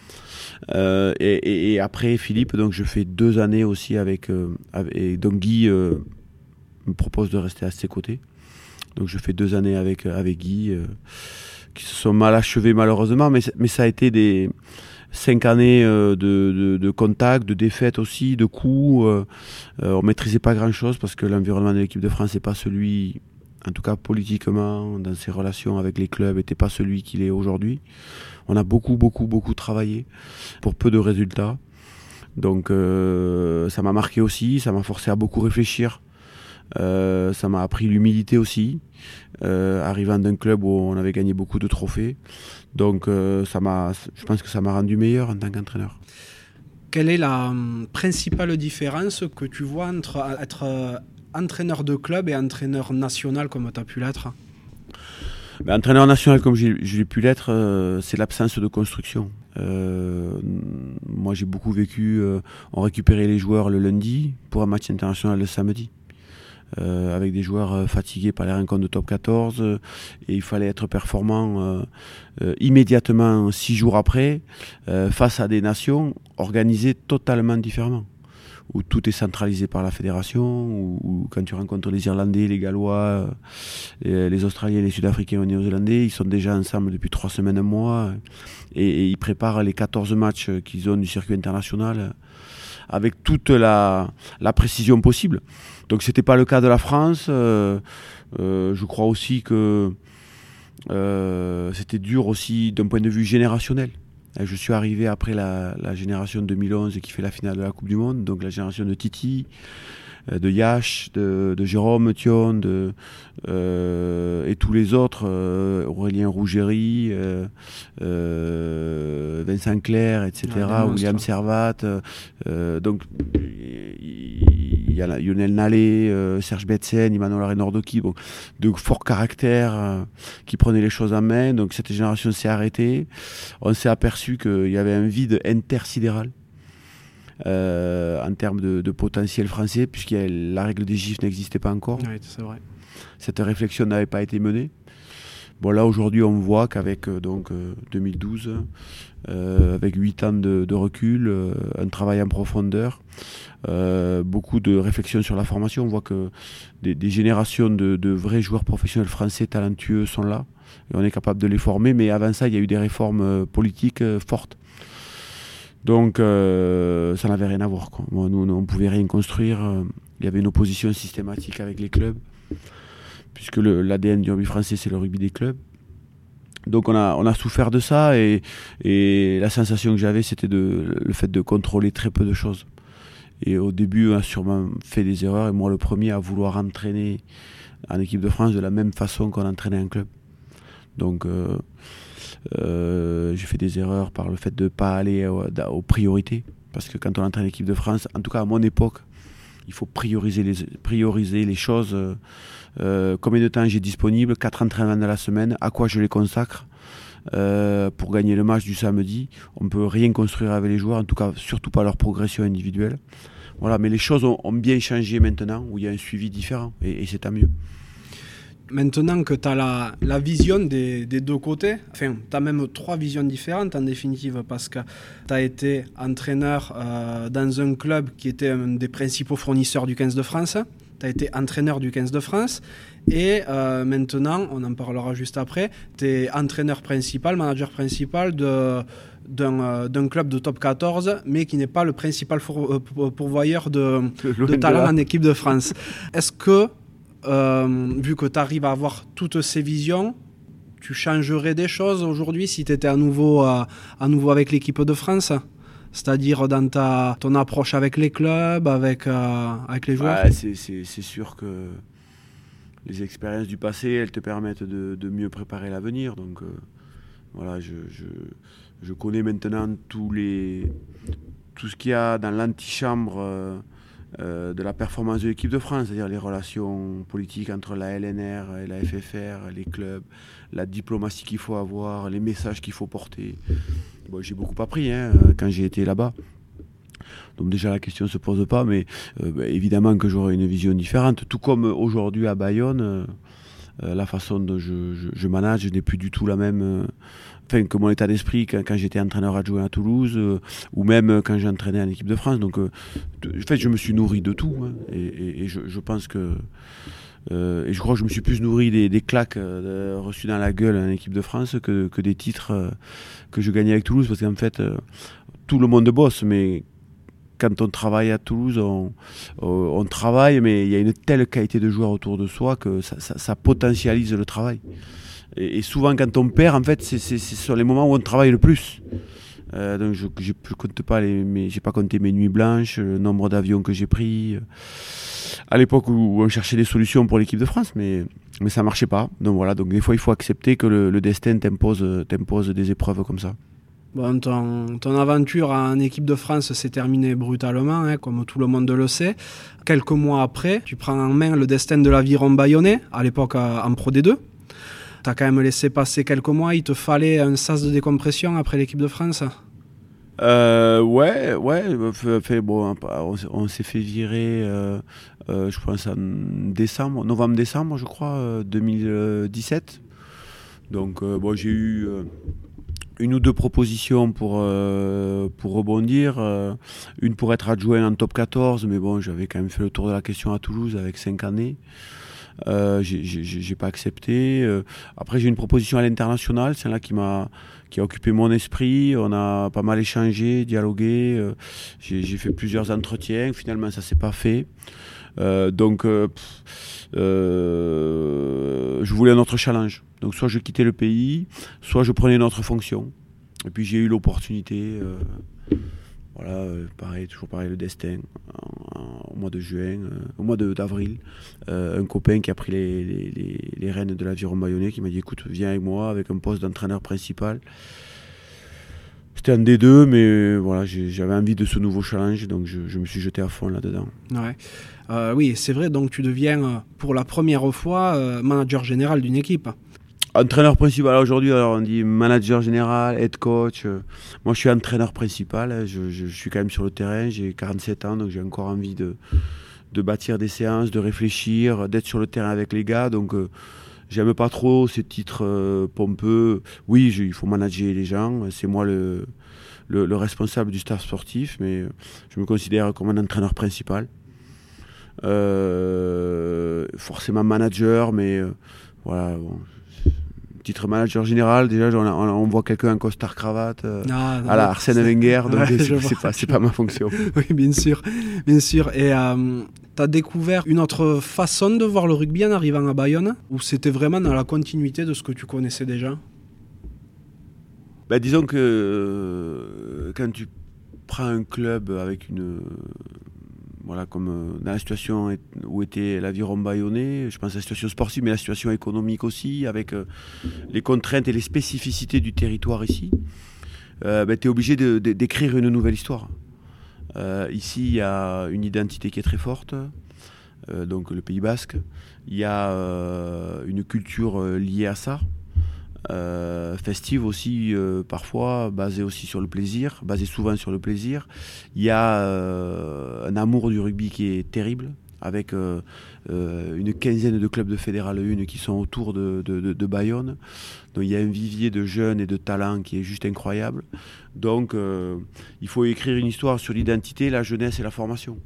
Et après Philippe, donc je fais 2 années aussi et donc Guy me propose de rester à ses côtés. Donc je fais 2 années avec Guy qui se sont mal achevées malheureusement, mais ça a été des 5 années de contact, de défaites aussi, de coups. On ne maîtrisait pas grand-chose parce que l'environnement de l'équipe de France n'est pas celui, en tout cas politiquement, dans ses relations avec les clubs, n'était pas celui qu'il est aujourd'hui. On a beaucoup travaillé pour peu de résultats. Donc ça m'a marqué aussi, ça m'a forcé à beaucoup réfléchir. Ça m'a appris l'humilité aussi, arrivant d'un club où on avait gagné beaucoup de trophées. Donc je pense que ça m'a rendu meilleur en tant qu'entraîneur. Quelle est la principale différence que tu vois entre être entraîneur de club et entraîneur national comme tu as pu l'être? Entraîneur national comme j'ai pu l'être, c'est l'absence de construction. Moi j'ai beaucoup vécu, on récupérait les joueurs le lundi pour un match international le samedi. Avec des joueurs fatigués par les rencontres de top 14 et il fallait être performant immédiatement 6 jours après face à des nations organisées totalement différemment, où tout est centralisé par la fédération, où quand tu rencontres les Irlandais, les Gallois, les Australiens, les Sud-Africains et les Néo-Zélandais, ils sont déjà ensemble depuis 3 semaines, un mois, et ils préparent les 14 matchs qu'ils ont du circuit international avec toute la précision possible. Donc c'était pas le cas de la France. Je crois aussi que c'était dur aussi d'un point de vue générationnel. Je suis arrivé après la génération 2011 qui fait la finale de la Coupe du Monde, donc la génération de Titi, de Yash, de Jérôme Thion, et tous les autres, Aurélien Rougerie, Vincent Clerc, etc., William Servat. Donc il y a Lionel Nallet, Serge Betsen, Emmanuel Arenordoki, bon, de forts caractères qui prenaient les choses en main. Donc cette génération s'est arrêtée. On s'est aperçu qu'il y avait un vide intersidéral en termes de potentiel français, puisque la règle des gifs n'existait pas encore. Oui, c'est vrai. Cette réflexion n'avait pas été menée. Bon, là aujourd'hui on voit qu'avec 2012, avec 8 ans de recul, un travail en profondeur, beaucoup de réflexions sur la formation, on voit que des générations de vrais joueurs professionnels français talentueux sont là, et on est capable de les former, mais avant ça il y a eu des réformes politiques fortes. Donc ça n'avait rien à voir, quoi. Nous on ne pouvait rien construire, il y avait une opposition systématique avec les clubs, puisque l'ADN du rugby français c'est le rugby des clubs. Donc on a souffert de ça, et la sensation que j'avais c'était le fait de contrôler très peu de choses. Et au début on a sûrement fait des erreurs, et moi le premier à vouloir entraîner en équipe de France de la même façon qu'on entraînait un club. Donc j'ai fait des erreurs par le fait de ne pas aller aux priorités, parce que quand on entraîne l'équipe de France, en tout cas à mon époque, il faut prioriser les choses. Combien de temps j'ai disponible, 4 entraînements dans la semaine, à quoi je les consacre pour gagner le match du samedi. On ne peut rien construire avec les joueurs, en tout cas surtout pas leur progression individuelle. Voilà, mais les choses ont bien changé maintenant, où il y a un suivi différent, et c'est tant mieux. Maintenant que tu as la vision des deux côtés, enfin, tu as même 3 visions différentes en définitive, parce que tu as été entraîneur dans un club qui était un des principaux fournisseurs du 15 de France, tu as été entraîneur du 15 de France, et maintenant, on en parlera juste après, tu es entraîneur principal, manager principal d'un club de top 14, mais qui n'est pas le principal pourvoyeur de talent en équipe de France. Est-ce que vu que tu arrives à avoir toutes ces visions, tu changerais des choses aujourd'hui si tu étais à nouveau avec l'équipe de France, c'est-à-dire dans ton approche avec les clubs, avec les joueurs? Ouais, c'est sûr que les expériences du passé, elles te permettent de mieux préparer l'avenir. Donc Voilà, je connais maintenant tout ce qu'il y a dans l'antichambre de la performance de l'équipe de France, c'est-à-dire les relations politiques entre la LNR et la FFR, les clubs, la diplomatie qu'il faut avoir, les messages qu'il faut porter. Bon, j'ai beaucoup appris quand j'ai été là-bas. Donc déjà la question ne se pose pas, mais évidemment que j'aurai une vision différente. Tout comme aujourd'hui à Bayonne, la façon dont je manage n'est plus du tout la même que mon état d'esprit quand j'étais entraîneur adjoint à Toulouse ou même quand j'entraînais en équipe de France. Donc en fait, je me suis nourri de tout et je pense que et je crois que je me suis plus nourri des claques reçues dans la gueule en équipe de France que des titres que je gagnais avec Toulouse, parce qu'en fait tout le monde bosse, mais quand on travaille à Toulouse, on travaille, mais il y a une telle qualité de joueurs autour de soi que ça potentialise le travail. Et souvent, quand on perd, en fait, c'est sur les moments où on travaille le plus. Donc, je compte pas j'ai pas compté mes nuits blanches, le nombre d'avions que j'ai pris. À l'époque où on cherchait des solutions pour l'équipe de France, mais ça marchait pas. Donc voilà. Donc des fois, il faut accepter que le destin t'impose des épreuves comme ça. Bon, ton aventure en équipe de France s'est terminée brutalement, comme tout le monde le sait. Quelques mois après, tu prends en main le destin de l'Aviron Bayonnais, à l'époque en Pro D2. Tu as quand même laissé passer quelques mois, il te fallait un sas de décompression après l'équipe de France. Ouais. Bon, on s'est fait virer, je pense en novembre-décembre, je crois, 2017. Donc j'ai eu une ou deux propositions pour rebondir, une pour être adjoint en top 14, mais bon, j'avais quand même fait le tour de la question à Toulouse avec 5 années. J'ai pas accepté. Après, j'ai une proposition à l'international, celle-là qui a occupé mon esprit. On a pas mal échangé, dialogué. J'ai fait plusieurs entretiens. Finalement, ça s'est pas fait. Je voulais un autre challenge. Donc soit je quittais le pays, soit je prenais une autre fonction. Et puis j'ai eu l'opportunité, toujours pareil, le destin, au mois de juin, au mois d'avril, un copain qui a pris les rênes de l'Aviron Bayonnais, qui m'a dit écoute, viens avec moi avec un poste d'entraîneur principal. C'était un D2, mais voilà, j'avais envie de ce nouveau challenge, donc je me suis jeté à fond là-dedans. Ouais. Oui, c'est vrai, donc tu deviens pour la première fois manager général d'une équipe. Entraîneur principal aujourd'hui, alors on dit manager général, head coach. Moi je suis entraîneur principal, je suis quand même sur le terrain, j'ai 47 ans, donc j'ai encore envie de bâtir des séances, de réfléchir, d'être sur le terrain avec les gars. Donc j'aime pas trop ces titres pompeux. Oui, il faut manager les gens, c'est moi le responsable du staff sportif, mais je me considère comme un entraîneur principal. Forcément manager, mais voilà. Bon. Titre manager général, déjà on voit quelqu'un en costard cravate à la Arsène Wenger, donc c'est pas ma fonction. Oui, bien sûr. Et tu as découvert une autre façon de voir le rugby en arrivant à Bayonne, ou c'était vraiment dans la continuité de ce que tu connaissais déjà? Disons que quand tu prends un club avec comme dans la situation où était l'Aviron Bayonnais, je pense à la situation sportive, mais la situation économique aussi, avec les contraintes et les spécificités du territoire ici, tu es obligé d'écrire une nouvelle histoire. Ici, il y a une identité qui est très forte, donc le Pays Basque. Il y a une culture liée à ça. Festive aussi, parfois basée aussi sur le plaisir, basée souvent sur le plaisir. Il y a un amour du rugby qui est terrible, avec une quinzaine de clubs de Fédéral 1 qui sont autour de Bayonne. Donc il y a un vivier de jeunes et de talents qui est juste incroyable. Donc il faut écrire une histoire sur l'identité, la jeunesse et la formation.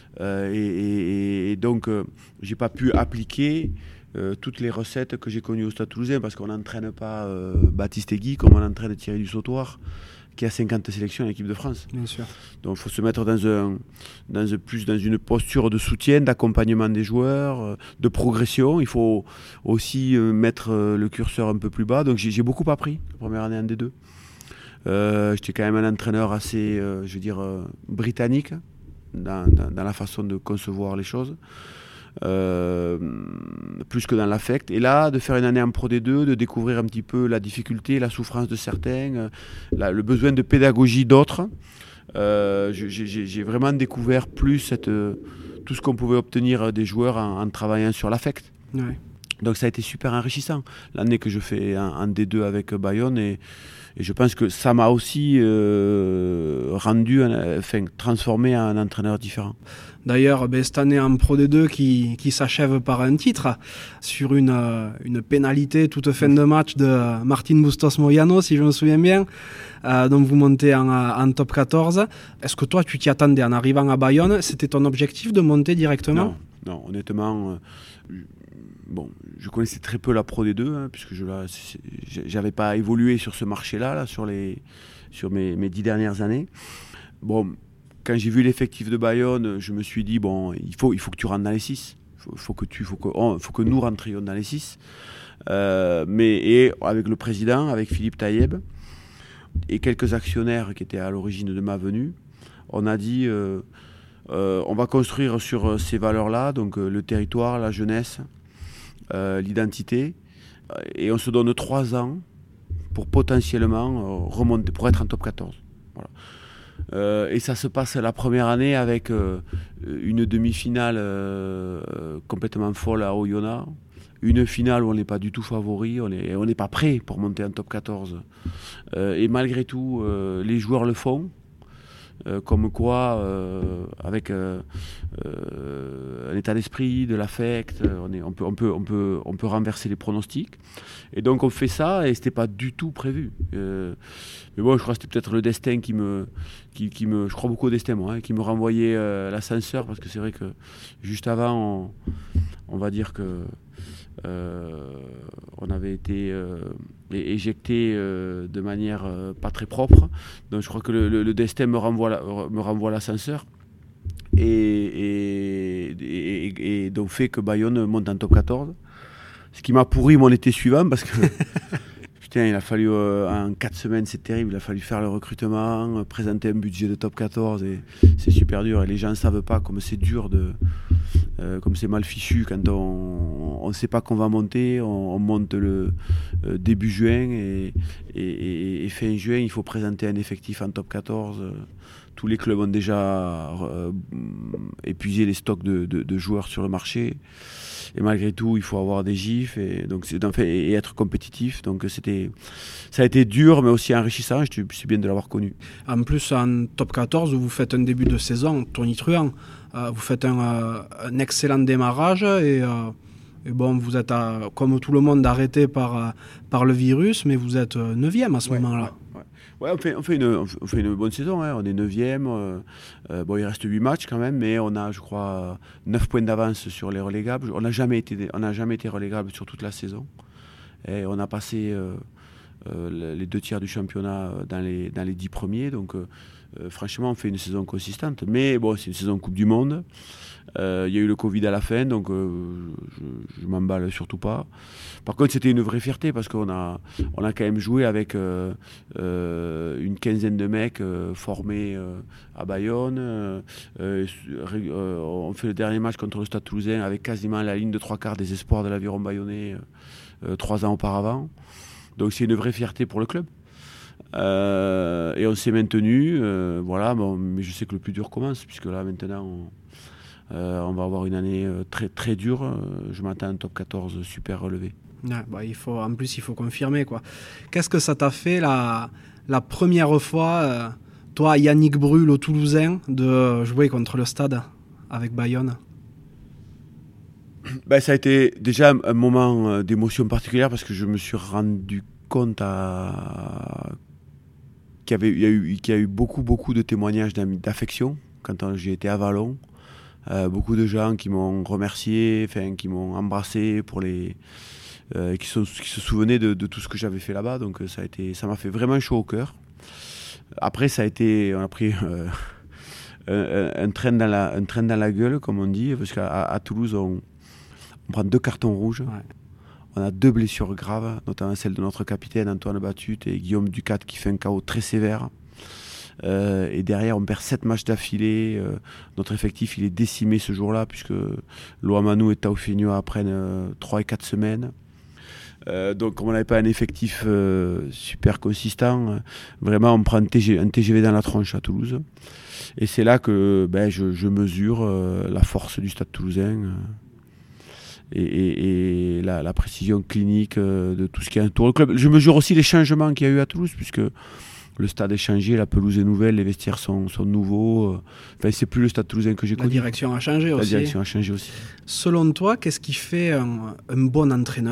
Et donc j'ai pas pu appliquer toutes les recettes que j'ai connues au Stade Toulousain, parce qu'on n'entraîne pas Baptiste Guy comme on entraîne Thierry Dussautoir, qui a 50 sélections en équipe de France. Bien sûr. Donc il faut se mettre dans une posture de soutien, d'accompagnement des joueurs, de progression. Il faut aussi mettre le curseur un peu plus bas. Donc j'ai beaucoup appris la première année en D2. J'étais quand même un entraîneur assez, britannique dans la façon de concevoir les choses. plus que dans l'affect. Et là, de faire une année en Pro D2, de découvrir un petit peu la difficulté, la souffrance de certains, le besoin de pédagogie d'autres. J'ai vraiment découvert plus tout ce qu'on pouvait obtenir des joueurs en travaillant sur l'affect. Ouais. Donc ça a été super enrichissant, l'année que je fais en D2 avec Bayonne. Et je pense que ça m'a aussi transformé en un entraîneur différent. D'ailleurs, cette année en Pro D2 qui s'achève par un titre, sur une pénalité toute fin de match de Martin Bustos Moyano, si je me souviens bien. Donc vous montez en top 14. Est-ce que toi, tu t'y attendais en arrivant à Bayonne? C'était ton objectif de monter directement? Non, honnêtement... je connaissais très peu la Pro D2, puisque je n'avais pas évolué sur ce marché-là, sur mes 10 dernières années. Quand j'ai vu l'effectif de Bayonne, je me suis dit, il faut que tu rentres dans les 6. Il faut que nous rentrions dans les 6. Et avec le président, avec Philippe Taïeb, et quelques actionnaires qui étaient à l'origine de ma venue, on a dit, on va construire sur ces valeurs-là, donc le territoire, la jeunesse, l'identité, et on se donne 3 ans pour potentiellement remonter, pour être en top 14. Voilà. Et ça se passe la première année avec une demi-finale complètement folle à Oyonnax, une finale où on n'est pas du tout favori, on n'est pas prêt pour monter en top 14. Et malgré tout, les joueurs le font. Comme quoi, avec un état d'esprit, de l'affect, on peut renverser les pronostics. Et donc on fait ça, et c'était pas du tout prévu. Mais bon, je crois que c'était peut-être le destin je crois beaucoup au destin, moi, qui me renvoyait l'ascenseur, parce que c'est vrai que juste avant, on va dire que on avait été éjecté de manière pas très propre. Donc je crois que le destin me renvoie l'ascenseur. Et donc fait que Bayonne monte en top 14. Ce qui m'a pourri mon été suivant, parce que putain, il a fallu en 4 semaines, c'est terrible, il a fallu faire le recrutement, présenter un budget de top 14, et c'est super dur. Et les gens ne savent pas comme c'est dur, comme c'est mal fichu quand on ne sait pas qu'on va monter. On monte le début juin, et fin juin, il faut présenter un effectif en top 14. Tous les clubs ont déjà épuisé les stocks de joueurs sur le marché. Et malgré tout, il faut avoir des gifs et être compétitif. Donc ça a été dur, mais aussi enrichissant. Je suis bien de l'avoir connu. En plus, en top 14, vous faites un début de saison tonitruant. Vous faites un excellent démarrage, et vous êtes, comme tout le monde, arrêté par le virus, mais vous êtes 9e à ce moment-là. Ouais, on fait une bonne saison, hein. On est 9e. Il reste 8 matchs quand même, mais on a, je crois, 9 points d'avance sur les relégables. On n'a jamais été relégable sur toute la saison. Et on a passé les 2 tiers du championnat dans les 10 premiers. Donc, franchement, on fait une saison consistante. Mais bon, c'est une saison Coupe du Monde. Il y a eu le Covid à la fin, donc je m'emballe surtout pas. Par contre, c'était une vraie fierté, parce qu'on a quand même joué avec une quinzaine de mecs formés à Bayonne. On fait le dernier match contre le Stade Toulousain avec quasiment la ligne de 3/4 des espoirs de l'Aviron Bayonnais 3 ans auparavant. Donc c'est une vraie fierté pour le club. Et on s'est maintenu, mais je sais que le plus dur commence, puisque là maintenant on va avoir une année très, très dure. Je m'attends à un top 14 super relevé. Ouais, il faut confirmer, quoi. Qu'est-ce que ça t'a fait la première fois, toi, Yannick Brul, au Toulousain, de jouer contre le Stade avec Bayonne? Ça a été déjà un moment d'émotion particulière, parce que je me suis rendu compte qu'il y a eu beaucoup de témoignages d'affection quand j'ai été à Vallon. Beaucoup de gens qui m'ont remercié, qui m'ont embrassé qui se souvenaient de tout ce que j'avais fait là-bas. Donc ça m'a fait vraiment chaud au cœur. Après, on a pris un train dans la gueule, comme on dit, parce qu'à Toulouse, on prend 2 cartons rouges. Ouais. On a 2 blessures graves, notamment celle de notre capitaine Antoine Batut et Guillaume Ducat, qui fait un KO très sévère. Et derrière, on perd 7 matchs d'affilée. Notre effectif, il est décimé ce jour-là, puisque Loamanou et Taofeño apprennent 3 et 4 semaines. Donc, comme on n'avait pas un effectif super consistant, vraiment, on prend un TGV dans la tronche à Toulouse. Et c'est là que je mesure la force du Stade Toulousain et la précision clinique de tout ce qui entoure le club. Je mesure aussi les changements qu'il y a eu à Toulouse, puisque le stade est changé, la pelouse est nouvelle, les vestiaires sont nouveaux. C'est plus le Stade Toulousain que j'ai connu. La direction a changé aussi. La direction a changé aussi. Selon toi, qu'est-ce qui fait un bon entraîneur ?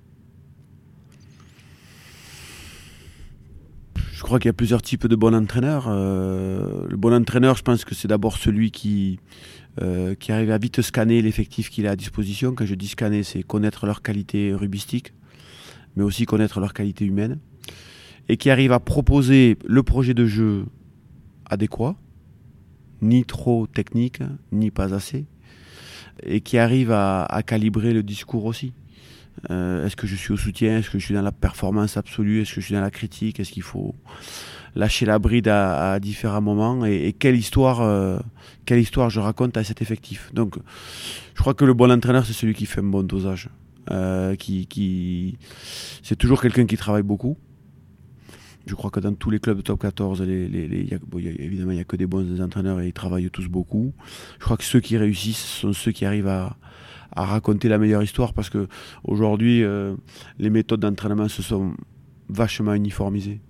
Je crois qu'il y a plusieurs types de bons entraîneurs. Le bon entraîneur, je pense que c'est d'abord celui qui arrive à vite scanner l'effectif qu'il a à disposition. Quand je dis scanner, c'est connaître leur qualité rugbyistique, mais aussi connaître leur qualité humaine. Et qui arrive à proposer le projet de jeu adéquat, ni trop technique, ni pas assez, et qui arrive à calibrer le discours aussi. Est-ce que je suis au soutien? Est-ce que je suis dans la performance absolue? Est-ce que je suis dans la critique? Est-ce qu'il faut lâcher la bride à différents moments? Et quelle histoire je raconte à cet effectif? Donc, je crois que le bon entraîneur, c'est celui qui fait un bon dosage. C'est toujours quelqu'un qui travaille beaucoup. Je crois que dans tous les clubs de top 14, évidemment, il n'y a que des bons entraîneurs et ils travaillent tous beaucoup. Je crois que ceux qui réussissent sont ceux qui arrivent à raconter la meilleure histoire, parce que aujourd'hui, les méthodes d'entraînement se sont vachement uniformisées.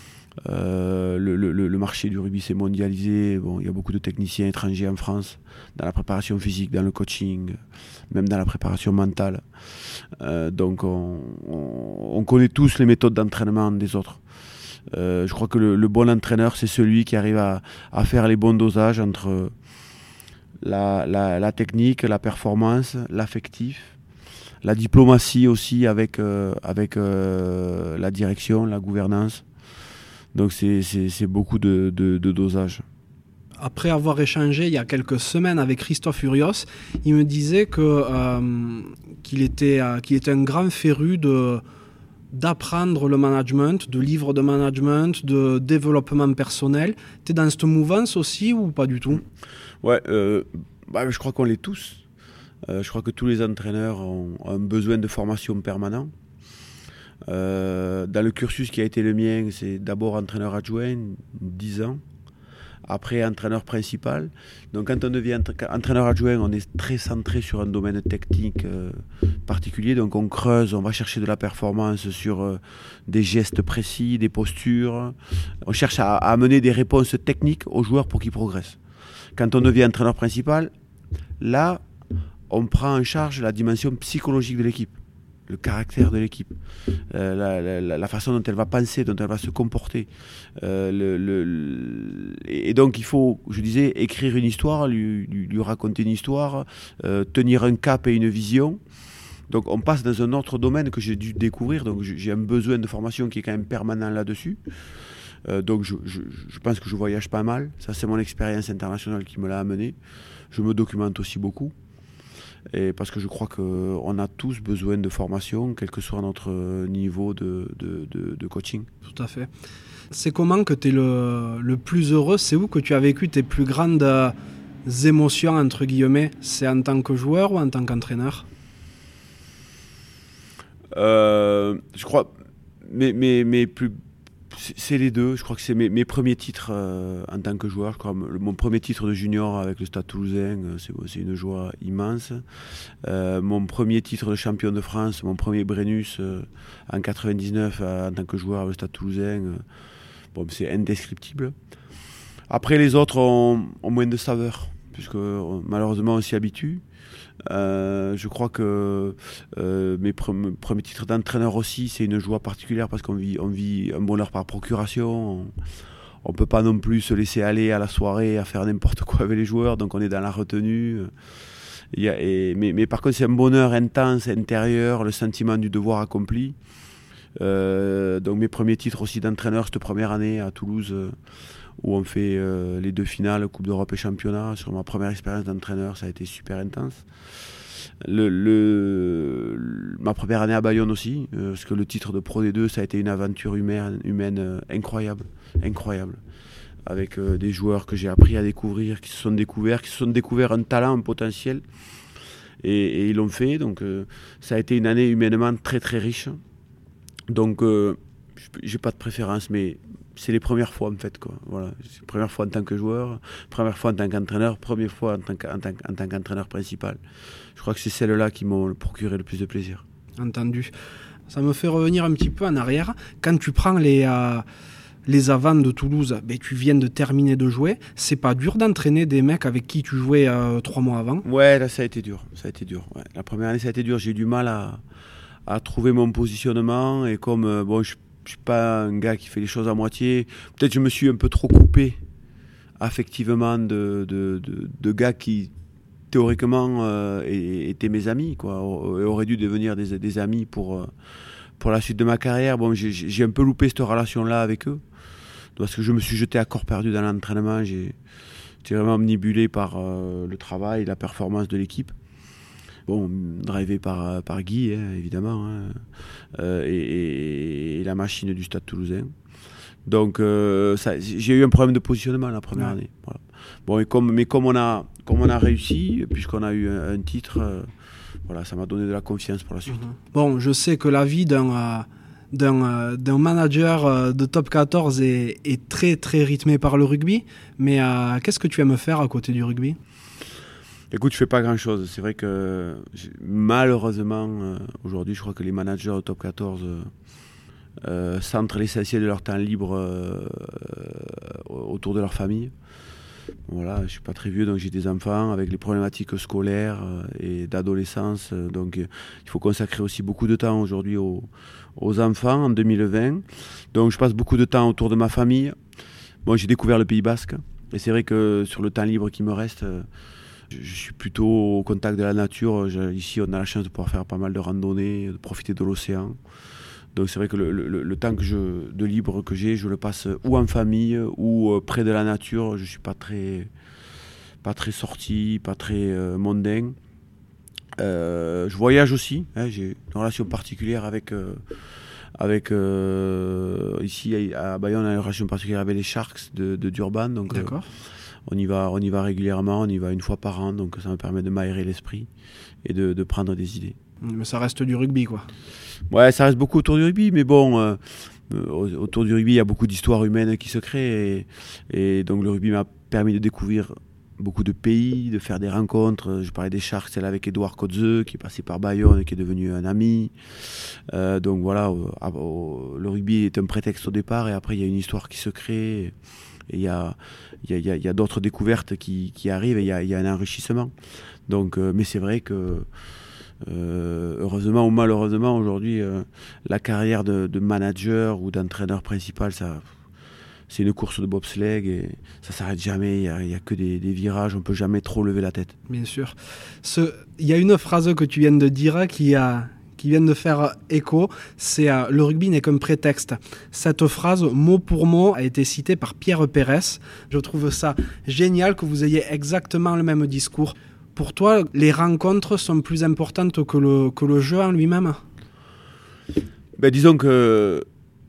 Le marché du rugby s'est mondialisé. Bon, il y a beaucoup de techniciens étrangers en France, dans la préparation physique, dans le coaching, même dans la préparation mentale. Donc on connaît tous les méthodes d'entraînement des autres. Je crois que le bon entraîneur, c'est celui qui arrive à faire les bons dosages entre la technique, la performance, l'affectif, la diplomatie aussi avec la direction, la gouvernance. Donc c'est beaucoup de dosage. Après avoir échangé il y a quelques semaines avec Christophe Urios, il me disait qu'il était un grand féru d'apprendre le management, de livres de management, de développement personnel. Tu es dans cette mouvance aussi ou pas du tout ? Ouais, je crois qu'on l'est tous. Je crois que tous les entraîneurs ont un besoin de formation permanent. Dans le cursus qui a été le mien, c'est d'abord entraîneur adjoint, 10 ans. Après, entraîneur principal. Donc, quand on devient entraîneur adjoint, on est très centré sur un domaine technique particulier. Donc, on creuse, on va chercher de la performance sur des gestes précis, des postures. On cherche à amener des réponses techniques aux joueurs pour qu'ils progressent. Quand on devient entraîneur principal, là, on prend en charge la dimension psychologique de l'équipe, le caractère de l'équipe, la façon dont elle va penser, dont elle va se comporter. Et donc il faut, je disais, écrire une histoire, lui raconter une histoire, tenir un cap et une vision. Donc on passe dans un autre domaine que j'ai dû découvrir, donc j'ai un besoin de formation qui est quand même permanent là-dessus. Donc je pense que je voyage pas mal, ça c'est mon expérience internationale qui me l'a amené. Je me documente aussi beaucoup. Et parce que je crois qu'on a tous besoin de formation, quel que soit notre niveau de coaching. Tout à fait. C'est comment que tu es le plus heureux? C'est où que tu as vécu tes plus grandes émotions, entre guillemets? C'est en tant que joueur ou en tant qu'entraîneur? Je crois, mes plus... C'est les deux. Je crois que c'est mes premiers titres en tant que joueur. Je crois mon premier titre de junior avec le Stade Toulousain, c'est une joie immense. Mon premier titre de champion de France, mon premier Brennus en 99 en tant que joueur avec le Stade Toulousain, c'est indescriptible. Après, les autres ont moins de saveur, puisque malheureusement on s'y habitue. Je crois que mes premiers titres d'entraîneur aussi, c'est une joie particulière parce qu'on vit un bonheur par procuration. On ne peut pas non plus se laisser aller à la soirée à faire n'importe quoi avec les joueurs, donc on est dans la retenue. Mais par contre, c'est un bonheur intense, intérieur, le sentiment du devoir accompli. Donc mes premiers titres aussi d'entraîneur, cette première année à Toulouse, où on fait les 2 finales, Coupe d'Europe et Championnat. Sur ma première expérience d'entraîneur, ça a été super intense. Ma première année à Bayonne aussi, parce que le titre de Pro D2, ça a été une aventure humaine incroyable. avec des joueurs que j'ai appris à découvrir, qui se sont découverts un talent, un potentiel, et ils l'ont fait. Donc ça a été une année humainement très très riche. Donc j'ai pas de préférence, mais c'est les premières fois en fait, quoi. Voilà, c'est la première fois en tant que joueur, première fois en tant qu'entraîneur, première fois en tant qu'entraîneur principal. Je crois que c'est celles-là qui m'ont procuré le plus de plaisir. Entendu. Ça me fait revenir un petit peu en arrière. Quand tu prends les avants de Toulouse, tu viens de terminer de jouer. C'est pas dur d'entraîner des mecs avec qui tu jouais 3 mois avant? Ouais, là ça a été dur. Ouais. La première année ça a été dur. J'ai eu du mal à trouver mon positionnement. Et comme je suis pas un gars qui fait les choses à moitié, peut-être je me suis un peu trop coupé affectivement de gars qui théoriquement étaient mes amis, quoi, et auraient dû devenir des amis pour la suite de ma carrière. Bon, j'ai un peu loupé cette relation-là avec eux, parce que je me suis jeté à corps perdu dans l'entraînement. J'étais vraiment omnibulé par le travail, la performance de l'équipe. Bon, drivé par Guy, évidemment, et la machine du Stade Toulousain. Donc, j'ai eu un problème de positionnement la première année. Voilà. Bon, mais comme on a réussi, puisqu'on a eu un titre, voilà, ça m'a donné de la confiance pour la suite. Bon, je sais que la vie d'un manager de top 14 est très très rythmée par le rugby, mais qu'est-ce que tu aimes faire à côté du rugby? Écoute, je fais pas grand-chose. C'est vrai que malheureusement, aujourd'hui, je crois que les managers de top 14 centrent l'essentiel de leur temps libre autour de leur famille. Voilà, je suis pas très vieux, donc j'ai des enfants avec les problématiques scolaires et d'adolescence. Donc il faut consacrer aussi beaucoup de temps aujourd'hui aux enfants en 2020. Donc je passe beaucoup de temps autour de ma famille. Bon, j'ai découvert le Pays Basque. Et c'est vrai que sur le temps libre qui me reste, je suis plutôt au contact de la nature. Ici, on a la chance de pouvoir faire pas mal de randonnées, de profiter de l'océan. Donc c'est vrai que le temps de libre que j'ai, je le passe ou en famille ou près de la nature. Je suis pas très sorti, pas très mondain. Je voyage aussi. J'ai une relation particulière avec ici à Bayonne, on a une relation particulière avec les Sharks de Durban. Donc on y va régulièrement. On y va une fois par an. Donc ça me permet de m'aérer l'esprit et de prendre des idées. Mais ça reste du rugby, quoi. Ouais, ça reste beaucoup autour du rugby, mais bon, autour du rugby, il y a beaucoup d'histoires humaines qui se créent, et donc le rugby m'a permis de découvrir beaucoup de pays, de faire des rencontres. Je parlais des Sharks, celle avec Edouard Kotzeux, qui est passé par Bayonne, qui est devenu un ami. Donc voilà, le rugby est un prétexte au départ, et après il y a une histoire qui se crée, et il y a d'autres découvertes qui arrivent, et il y a un enrichissement. Donc, mais c'est vrai que heureusement ou malheureusement aujourd'hui la carrière de manager ou d'entraîneur principal, c'est une course de bobsleigh et ça s'arrête jamais. Il y a que des virages, on peut jamais trop lever la tête. Bien sûr. Il y a une phrase que tu viens de dire qui vient de faire écho, c'est le rugby n'est qu'un prétexte. Cette phrase, mot pour mot, a été citée par Pierre Pérez. Je trouve ça génial que vous ayez exactement le même discours. Pour toi, les rencontres sont plus importantes que le jeu en lui-même? Disons que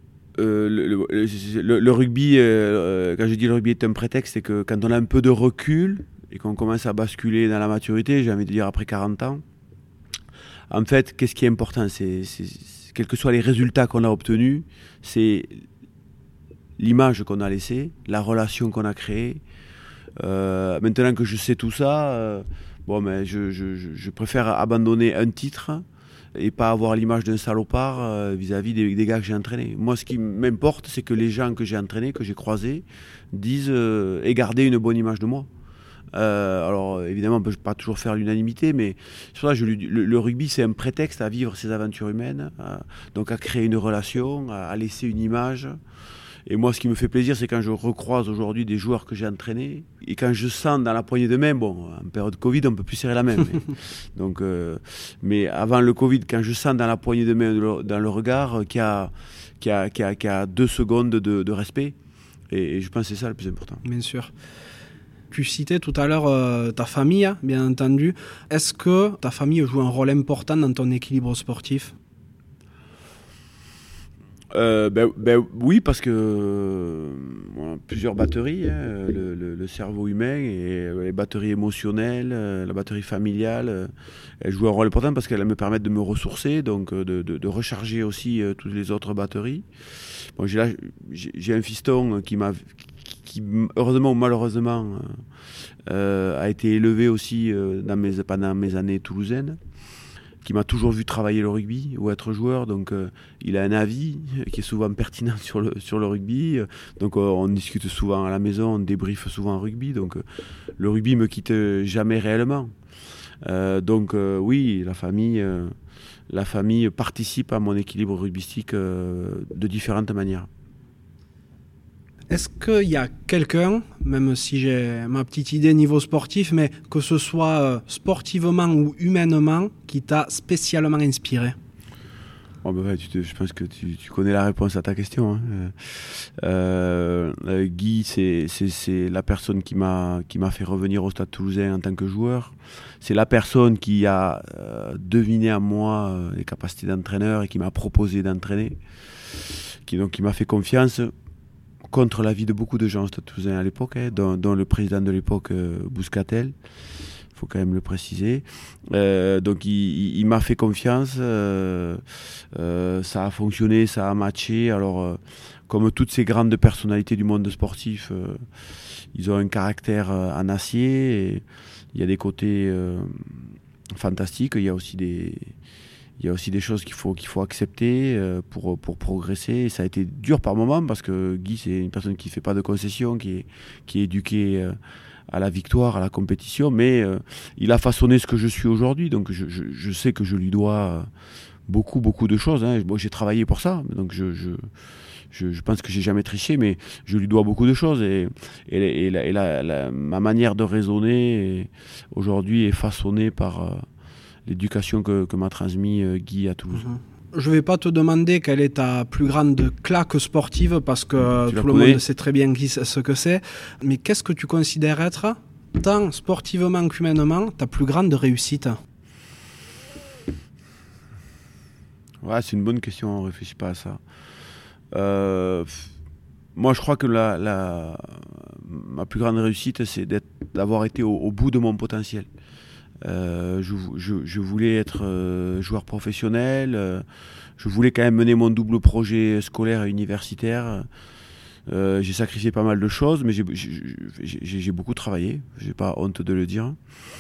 le rugby, quand je dis le rugby est un prétexte, c'est que quand on a un peu de recul et qu'on commence à basculer dans la maturité, j'ai envie de dire après 40 ans, en fait, qu'est-ce qui est important, c'est quels que soient les résultats qu'on a obtenus, c'est l'image qu'on a laissée, la relation qu'on a créée. Maintenant que je sais tout ça, je préfère abandonner un titre et pas avoir l'image d'un salopard vis-à-vis des gars que j'ai entraînés. Moi, ce qui m'importe, c'est que les gens que j'ai entraînés, que j'ai croisés, disent et garder une bonne image de moi. Alors, évidemment, on ne peut pas toujours faire l'unanimité, mais sur ça, le rugby, c'est un prétexte à vivre ses aventures humaines, donc à créer une relation, à laisser une image. Et moi, ce qui me fait plaisir, c'est quand je recroise aujourd'hui des joueurs que j'ai entraînés et quand je sens dans la poignée de main, bon, en période Covid, on ne peut plus serrer la main. Mais avant le Covid, quand je sens dans la poignée de main, dans le regard, qu'il y a 2 secondes de respect. Et je pense que c'est ça le plus important. Bien sûr. Tu citais tout à l'heure ta famille, bien entendu. Est-ce que ta famille joue un rôle important dans ton équilibre sportif ? Oui, parce que on a plusieurs batteries, hein, le cerveau humain et les batteries émotionnelles, la batterie familiale, elles jouent un rôle important parce qu'elles me permettent de me ressourcer, donc de recharger aussi toutes les autres batteries. Bon, j'ai un fiston qui heureusement ou malheureusement a été élevé aussi pendant mes années toulousaines, qui m'a toujours vu travailler le rugby ou être joueur, donc il a un avis qui est souvent pertinent sur le rugby, donc on discute souvent à la maison, on débriefe souvent en rugby, donc le rugby me quitte jamais réellement. Oui, la famille participe à mon équilibre rugbystique de différentes manières. Est-ce qu'il y a quelqu'un, même si j'ai ma petite idée niveau sportif, mais que ce soit sportivement ou humainement, qui t'a spécialement inspiré ? Je pense que tu connais la réponse à ta question. Guy, c'est la personne qui m'a fait revenir au Stade Toulousain en tant que joueur. C'est la personne qui a deviné en moi les capacités d'entraîneur et qui m'a proposé d'entraîner, qui m'a fait confiance contre l'avis de beaucoup de gens au Stade Toulousain à l'époque, dont le président de l'époque, Bouscatel. Il faut quand même le préciser. Donc il m'a fait confiance, ça a fonctionné, ça a matché. Alors, comme toutes ces grandes personnalités du monde sportif, ils ont un caractère en acier. Et il y a des côtés fantastiques, il y a aussi des choses qu'il faut accepter pour progresser. Et ça a été dur par moments parce que Guy, c'est une personne qui ne fait pas de concessions, qui est éduquée à la victoire, à la compétition, mais il a façonné ce que je suis aujourd'hui, donc je sais que je lui dois beaucoup de choses. Moi, j'ai travaillé pour ça, donc je pense que j'ai jamais triché, mais je lui dois beaucoup de choses, et ma manière de raisonner aujourd'hui est façonnée par l'éducation que m'a transmis Guy à Toulouse. Je ne vais pas te demander quelle est ta plus grande claque sportive, parce que tout le monde sait très bien ce que c'est. Mais qu'est-ce que tu considères être, tant sportivement qu'humainement, ta plus grande réussite ? Ouais, c'est une bonne question, on ne réfléchit pas à ça. Moi, je crois que ma plus grande réussite, c'est d'avoir été au bout de mon potentiel. Je voulais être joueur professionnel, je voulais quand même mener mon double projet scolaire et universitaire. J'ai sacrifié pas mal de choses, mais j'ai beaucoup travaillé, j'ai pas honte de le dire.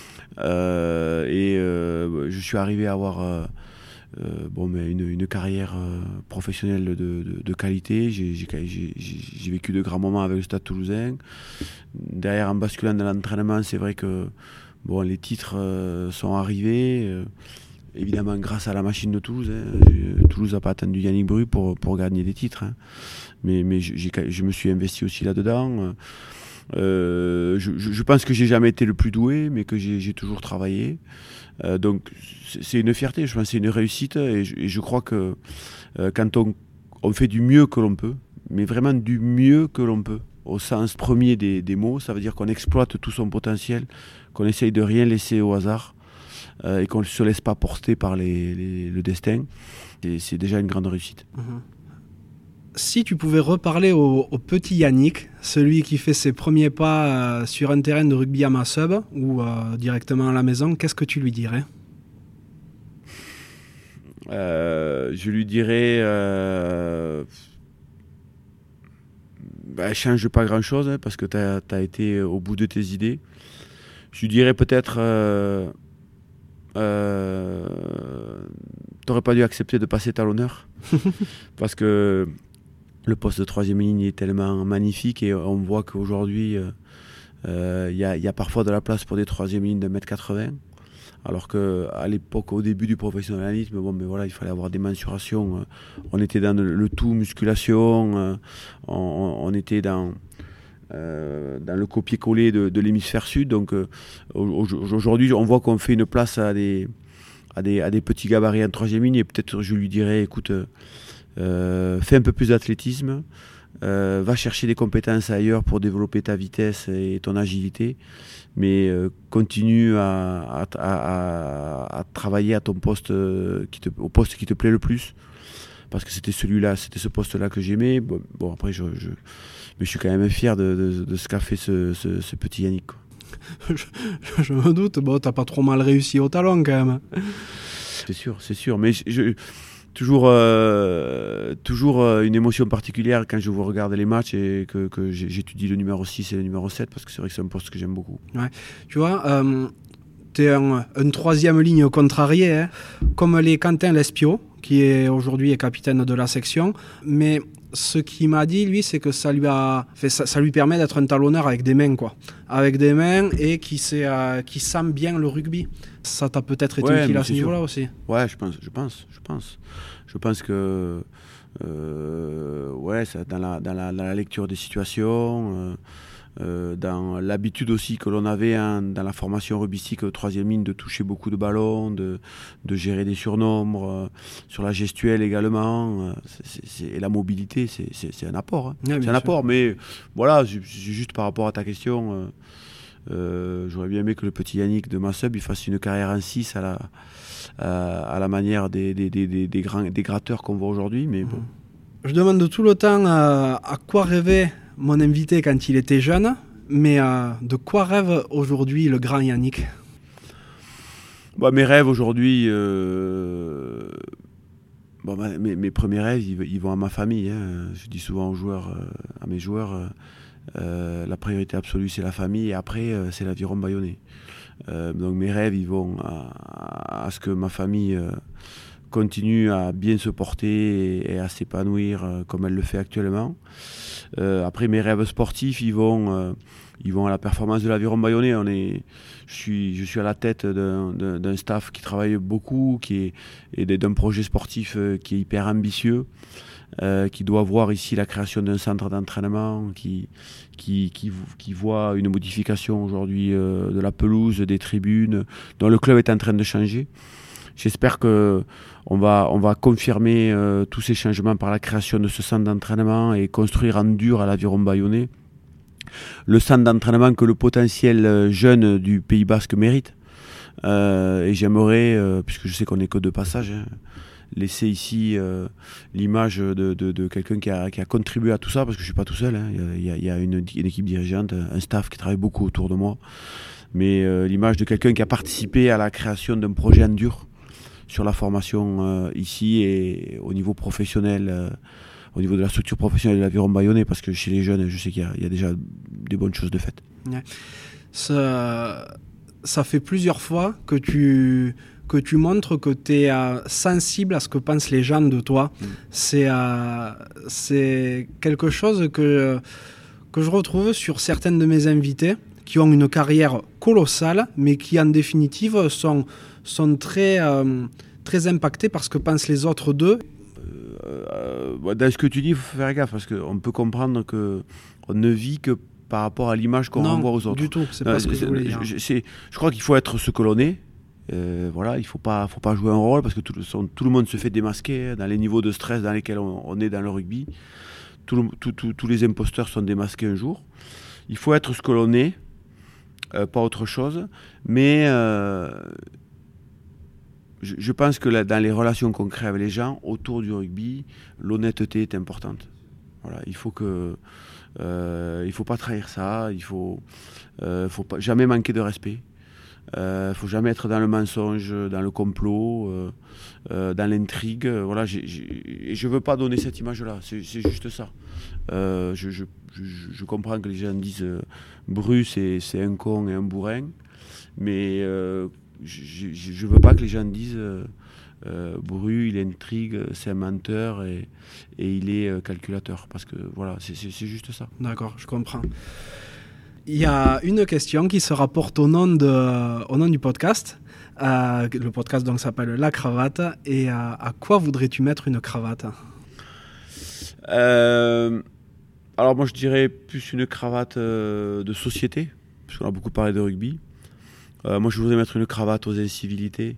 Je suis arrivé à avoir une carrière professionnelle de qualité. J'ai vécu de grands moments avec le Stade Toulousain. Derrière, en basculant dans l'entraînement, c'est vrai que les titres sont arrivés, évidemment grâce à la machine de Toulouse. Toulouse n'a pas attendu Yannick Bru pour gagner des titres. Mais je me suis investi aussi là-dedans. Je pense que j'ai jamais été le plus doué, mais que j'ai toujours travaillé. Donc c'est une fierté, je pense que c'est une réussite. Et je crois que quand on fait du mieux que l'on peut, mais vraiment du mieux que l'on peut, au sens premier des mots, ça veut dire qu'on exploite tout son potentiel, qu'on essaye de rien laisser au hasard et qu'on ne se laisse pas porter par le destin. Et c'est déjà une grande réussite. Si tu pouvais reparler au petit Yannick, celui qui fait ses premiers pas sur un terrain de rugby à Massub ou directement à la maison, qu'est-ce que tu lui dirais ? Je lui dirais... change pas grand-chose, parce que tu as été au bout de tes idées. Je lui dirais peut-être... t'aurais pas dû accepter de passer talonneur parce que le poste de troisième ligne est tellement magnifique et on voit qu'aujourd'hui il y a parfois de la place pour des troisième lignes de 1m80, alors qu'à l'époque, au début du professionnalisme, il fallait avoir des mensurations. On était dans le tout musculation, on était dans le copier-coller de l'hémisphère sud. Donc aujourd'hui, on voit qu'on fait une place à des petits gabarits en troisième ligne, et peut-être je lui dirais, écoute, fais un peu plus d'athlétisme, va chercher des compétences ailleurs pour développer ta vitesse et ton agilité, mais continue à travailler à ton poste, au poste qui te plaît le plus, parce que c'était ce poste-là que j'aimais. Bon après, mais je suis quand même fier de ce qu'a fait ce petit Yannick, quoi. Je me doute, bon, t'as pas trop mal réussi au talon quand même. C'est sûr, mais toujours une émotion particulière quand je vous regarde les matchs et que j'étudie le numéro 6 et le numéro 7, parce que c'est vrai que c'est un poste que j'aime beaucoup. Ouais. Tu vois, t'es un troisième ligne contrarié, hein, comme les Quentin Lespio, qui est aujourd'hui capitaine de la section, mais ce qu'il m'a dit, lui, c'est que ça lui permet d'être un talonneur avec des mains, quoi. Avec des mains et qui sent bien le rugby. Ça t'a peut-être été utile à ce niveau-là aussi. Ouais, je pense que ça, dans la lecture des situations, dans l'habitude aussi que l'on avait dans la formation rugbystique troisième ligne de toucher beaucoup de ballons, de gérer des surnombres, sur la gestuelle également, et la mobilité, c'est un apport. Hein. Ouais, c'est un apport, mais voilà, juste par rapport à ta question, j'aurais bien aimé que le petit Yannick de ma sub il fasse une carrière en 6 à la manière des gratteurs qu'on voit aujourd'hui, mais bon. Je demande tout le temps à quoi rêvait mon invité quand il était jeune, mais de quoi rêve aujourd'hui le grand Yannick ? Mes rêves aujourd'hui, mes premiers rêves, ils vont à ma famille. Hein. Je dis souvent aux joueurs, à mes joueurs, la priorité absolue c'est la famille et après c'est l'aviron bayonnais. Donc mes rêves, ils vont à ce que ma famille continue à bien se porter et à s'épanouir comme elle le fait actuellement. Après mes rêves sportifs, ils vont à la performance de l'aviron bayonnais. Je suis à la tête d'un staff qui travaille beaucoup, et d'un projet sportif qui est hyper ambitieux, qui doit voir ici la création d'un centre d'entraînement, qui voit une modification aujourd'hui de la pelouse, des tribunes, dont le club est en train de changer. J'espère qu'on va confirmer tous ces changements par la création de ce centre d'entraînement et construire en dur à l'aviron bayonnais le centre d'entraînement que le potentiel jeune du Pays Basque mérite. Et j'aimerais, puisque je sais qu'on n'est que de passage, hein, laisser ici l'image de quelqu'un qui a contribué à tout ça, parce que je ne suis pas tout seul. Hein. Il y a une équipe dirigeante, un staff qui travaille beaucoup autour de moi. Mais l'image de quelqu'un qui a participé à la création d'un projet en dur sur la formation ici et au niveau professionnel, au niveau de la structure professionnelle de l'aviron bayonnais, parce que chez les jeunes, je sais qu'il y a déjà des bonnes choses de faites. Ouais. Ça fait plusieurs fois que tu montres que tu es sensible à ce que pensent les gens de toi. C'est quelque chose que je retrouve sur certaines de mes invités qui ont une carrière colossale, mais qui en définitive sont très impactés par ce que pensent les autres d'eux. Dans ce que tu dis, il faut faire gaffe, parce qu'on peut comprendre qu'on ne vit que par rapport à l'image qu'on renvoie aux autres. Non, du tout, c'est pas ce que je voulais dire. Je crois qu'il faut être ce que l'on est. Voilà, il faut pas jouer un rôle, parce que tout le monde se fait démasquer dans les niveaux de stress dans lesquels on est dans le rugby. Tous les imposteurs sont démasqués un jour. Il faut être ce que l'on est, pas autre chose. Mais je pense que dans les relations qu'on crée avec les gens autour du rugby, l'honnêteté est importante. Voilà, il faut pas trahir ça. Il faut pas jamais manquer de respect. Faut jamais être dans le mensonge, dans le complot, dans l'intrigue. Voilà, je veux pas donner cette image-là. C'est juste ça. Je comprends que les gens disent Bru, c'est un con et un bourrin, mais je veux pas que les gens disent Bru, il intrigue, c'est un menteur et il est calculateur, parce que voilà, c'est juste ça. D'accord, je comprends. Il y a une question qui se rapporte au nom du podcast. Le podcast donc s'appelle La Cravate. Et à quoi voudrais-tu mettre une cravate ? Alors moi je dirais plus une cravate de société, parce qu'on a beaucoup parlé de rugby. Moi je voudrais mettre une cravate aux incivilités.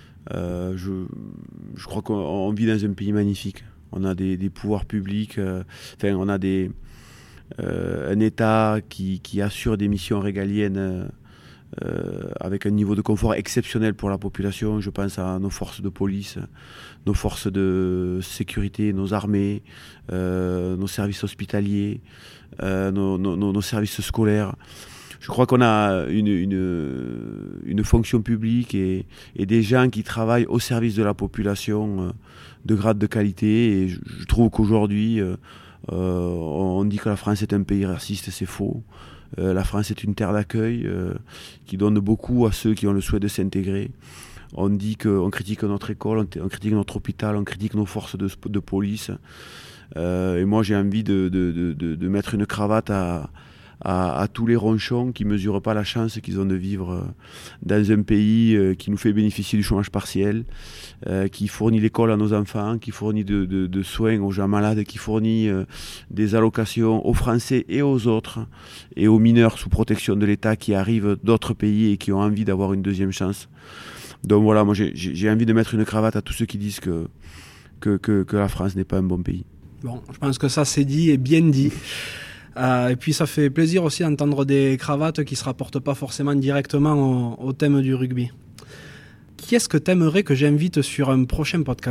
Je crois qu'on vit dans un pays magnifique. On a des pouvoirs publics, on a un État qui assure des missions régaliennes avec un niveau de confort exceptionnel pour la population. Je pense à nos forces de police, nos forces de sécurité, nos armées, nos services hospitaliers, nos services scolaires. Je crois qu'on a une fonction publique et des gens qui travaillent au service de la population de grade de qualité. Et je trouve qu'aujourd'hui, on dit que la France est un pays raciste, c'est faux. La France est une terre d'accueil qui donne beaucoup à ceux qui ont le souhait de s'intégrer. On dit qu'on critique notre école, on critique notre hôpital, on critique nos forces de police. Et moi, j'ai envie de mettre une cravate à tous les ronchons qui ne mesurent pas la chance qu'ils ont de vivre dans un pays qui nous fait bénéficier du chômage partiel, qui fournit l'école à nos enfants, qui fournit de soins aux gens malades, qui fournit des allocations aux Français et aux autres, et aux mineurs sous protection de l'État qui arrivent d'autres pays et qui ont envie d'avoir une deuxième chance. Donc voilà, moi j'ai envie de mettre une cravate à tous ceux qui disent que la France n'est pas un bon pays. Bon, je pense que ça c'est dit et bien dit. Et puis ça fait plaisir aussi d'entendre des cravates qui ne se rapportent pas forcément directement au thème du rugby. Qui est-ce que tu aimerais que j'invite sur un prochain podcast ?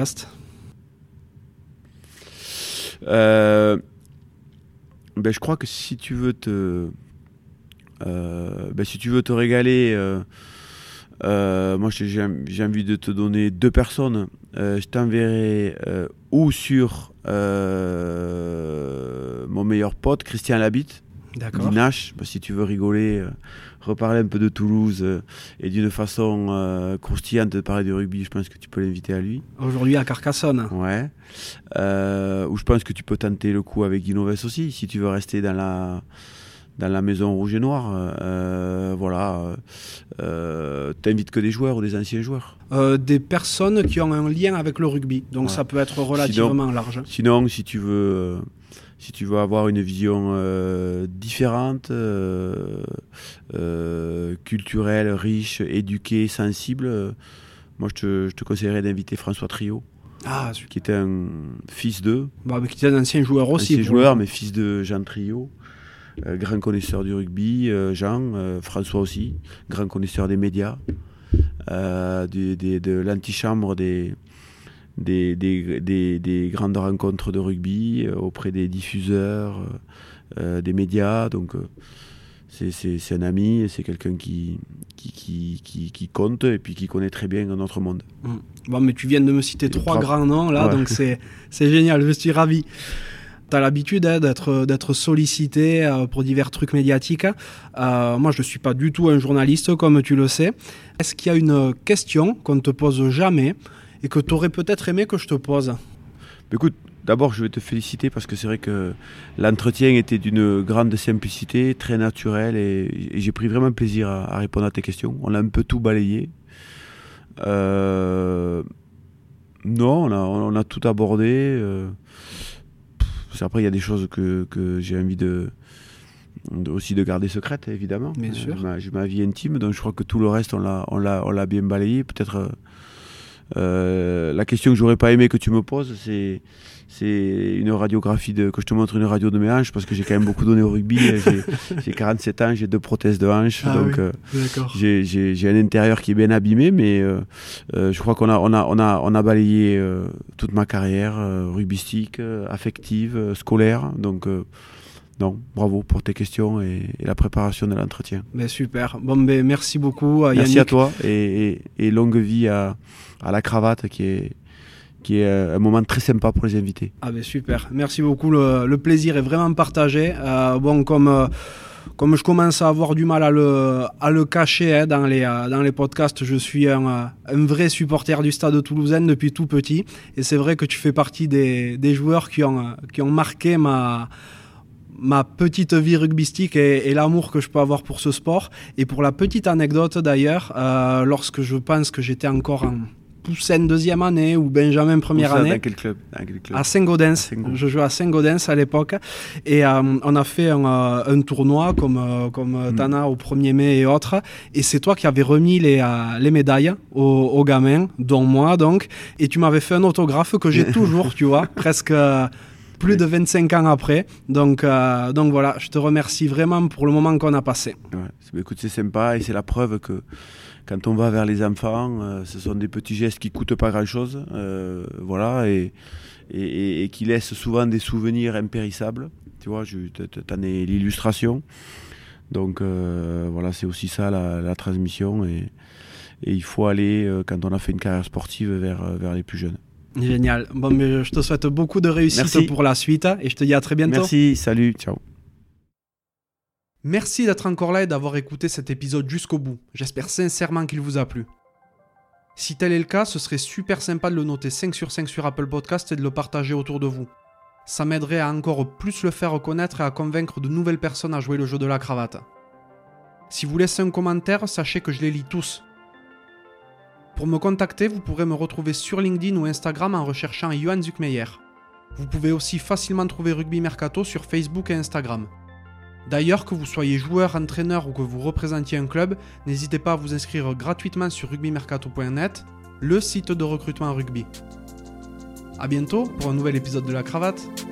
Je crois que si tu veux te régaler, moi j'ai envie de te donner 2 personnes. Je t'enverrai ou sur mon meilleur pote Christian Labitte, d'Inache, si tu veux rigoler, reparler un peu de Toulouse et d'une façon croustillante de parler du rugby, je pense que tu peux l'inviter à lui. Aujourd'hui à Carcassonne. Ouais. Ou je pense que tu peux tenter le coup avec Guinoves aussi, si tu veux rester dans la maison rouge et noire. T'invites que des joueurs ou des anciens joueurs ? Des personnes qui ont un lien avec le rugby, donc ça peut être relativement large. Sinon, si tu veux avoir une vision différente, culturelle, riche, éduquée, sensible, moi je te conseillerais d'inviter François Triot, qui était un fils de... qui était un ancien joueur aussi. Ancien joueur, mais fils de Jean Triot. Grand connaisseur du rugby, Jean, François aussi, grand connaisseur des médias, de l'antichambre des grandes rencontres de rugby auprès des diffuseurs, des médias. Donc c'est un ami, et c'est quelqu'un qui compte et puis qui connaît très bien notre monde. Bon, mais tu viens de me citer 3 grands noms là, donc c'est génial, je suis ravi. Tu as l'habitude d'être sollicité pour divers trucs médiatiques. Moi, je ne suis pas du tout un journaliste, comme tu le sais. Est-ce qu'il y a une question qu'on ne te pose jamais et que tu aurais peut-être aimé que je te pose ? Écoute, d'abord, je vais te féliciter parce que c'est vrai que l'entretien était d'une grande simplicité, très naturel, et j'ai pris vraiment plaisir à répondre à tes questions. On a un peu tout balayé. Non, on a tout abordé. Après, il y a des choses que j'ai envie aussi de garder secrètes, évidemment. Bien sûr. J'ai ma vie intime, donc je crois que tout le reste, on l'a bien balayé. Peut-être la question que j'aurais pas aimé que tu me poses, c'est une radiographie que je te montre une radio de mes hanches, parce que j'ai quand même beaucoup donné au rugby. J'ai 47 ans, j'ai 2 prothèses de hanches, donc j'ai un intérieur qui est bien abîmé, mais je crois qu'on a balayé toute ma carrière rugbystique, affective, scolaire, donc non, bravo pour tes questions et la préparation de l'entretien. Super. Bon, merci beaucoup, Yannick. Merci à toi et longue vie à la cravate qui est un moment très sympa pour les invités. Super. Merci beaucoup. Le plaisir est vraiment partagé. Comme je commence à avoir du mal à le cacher dans les podcasts, je suis un vrai supporter du Stade Toulousain depuis tout petit. Et c'est vrai que tu fais partie des joueurs qui ont marqué ma petite vie rugbystique et l'amour que je peux avoir pour ce sport. Et pour la petite anecdote d'ailleurs, lorsque je pense que j'étais encore en Poussin deuxième année ou Benjamin première année. Dans quel club ? À Saint-Gaudens. Je jouais à Saint-Gaudens à l'époque. Et on a fait un tournoi comme Tana au 1er mai et autres. Et c'est toi qui avais remis les médailles aux gamins, dont moi donc. Et tu m'avais fait un autographe que j'ai toujours, tu vois, presque plus de 25 ans après. Donc voilà, je te remercie vraiment pour le moment qu'on a passé. Ouais. Écoute, c'est sympa et c'est la preuve que quand on va vers les enfants, ce sont des petits gestes qui coûtent pas grand-chose, voilà, et qui laissent souvent des souvenirs impérissables. Tu vois, t'en es l'illustration. Donc voilà, c'est aussi ça la transmission et il faut aller, quand on a fait une carrière sportive, vers les plus jeunes. Génial. Bon, mais je te souhaite beaucoup de réussite pour la suite et je te dis à très bientôt. Merci, salut, ciao. Merci d'être encore là et d'avoir écouté cet épisode jusqu'au bout. J'espère sincèrement qu'il vous a plu. Si tel est le cas, ce serait super sympa de le noter 5 sur 5 sur Apple Podcast et de le partager autour de vous. Ça m'aiderait à encore plus le faire connaître et à convaincre de nouvelles personnes à jouer le jeu de la cravate. Si vous laissez un commentaire, sachez que je les lis tous. Pour me contacter, vous pourrez me retrouver sur LinkedIn ou Instagram en recherchant Johan Zuckmeyer. Vous pouvez aussi facilement trouver Rugby Mercato sur Facebook et Instagram. D'ailleurs, que vous soyez joueur, entraîneur ou que vous représentiez un club, n'hésitez pas à vous inscrire gratuitement sur rugbymercato.net, le site de recrutement rugby. A bientôt pour un nouvel épisode de La Cravate.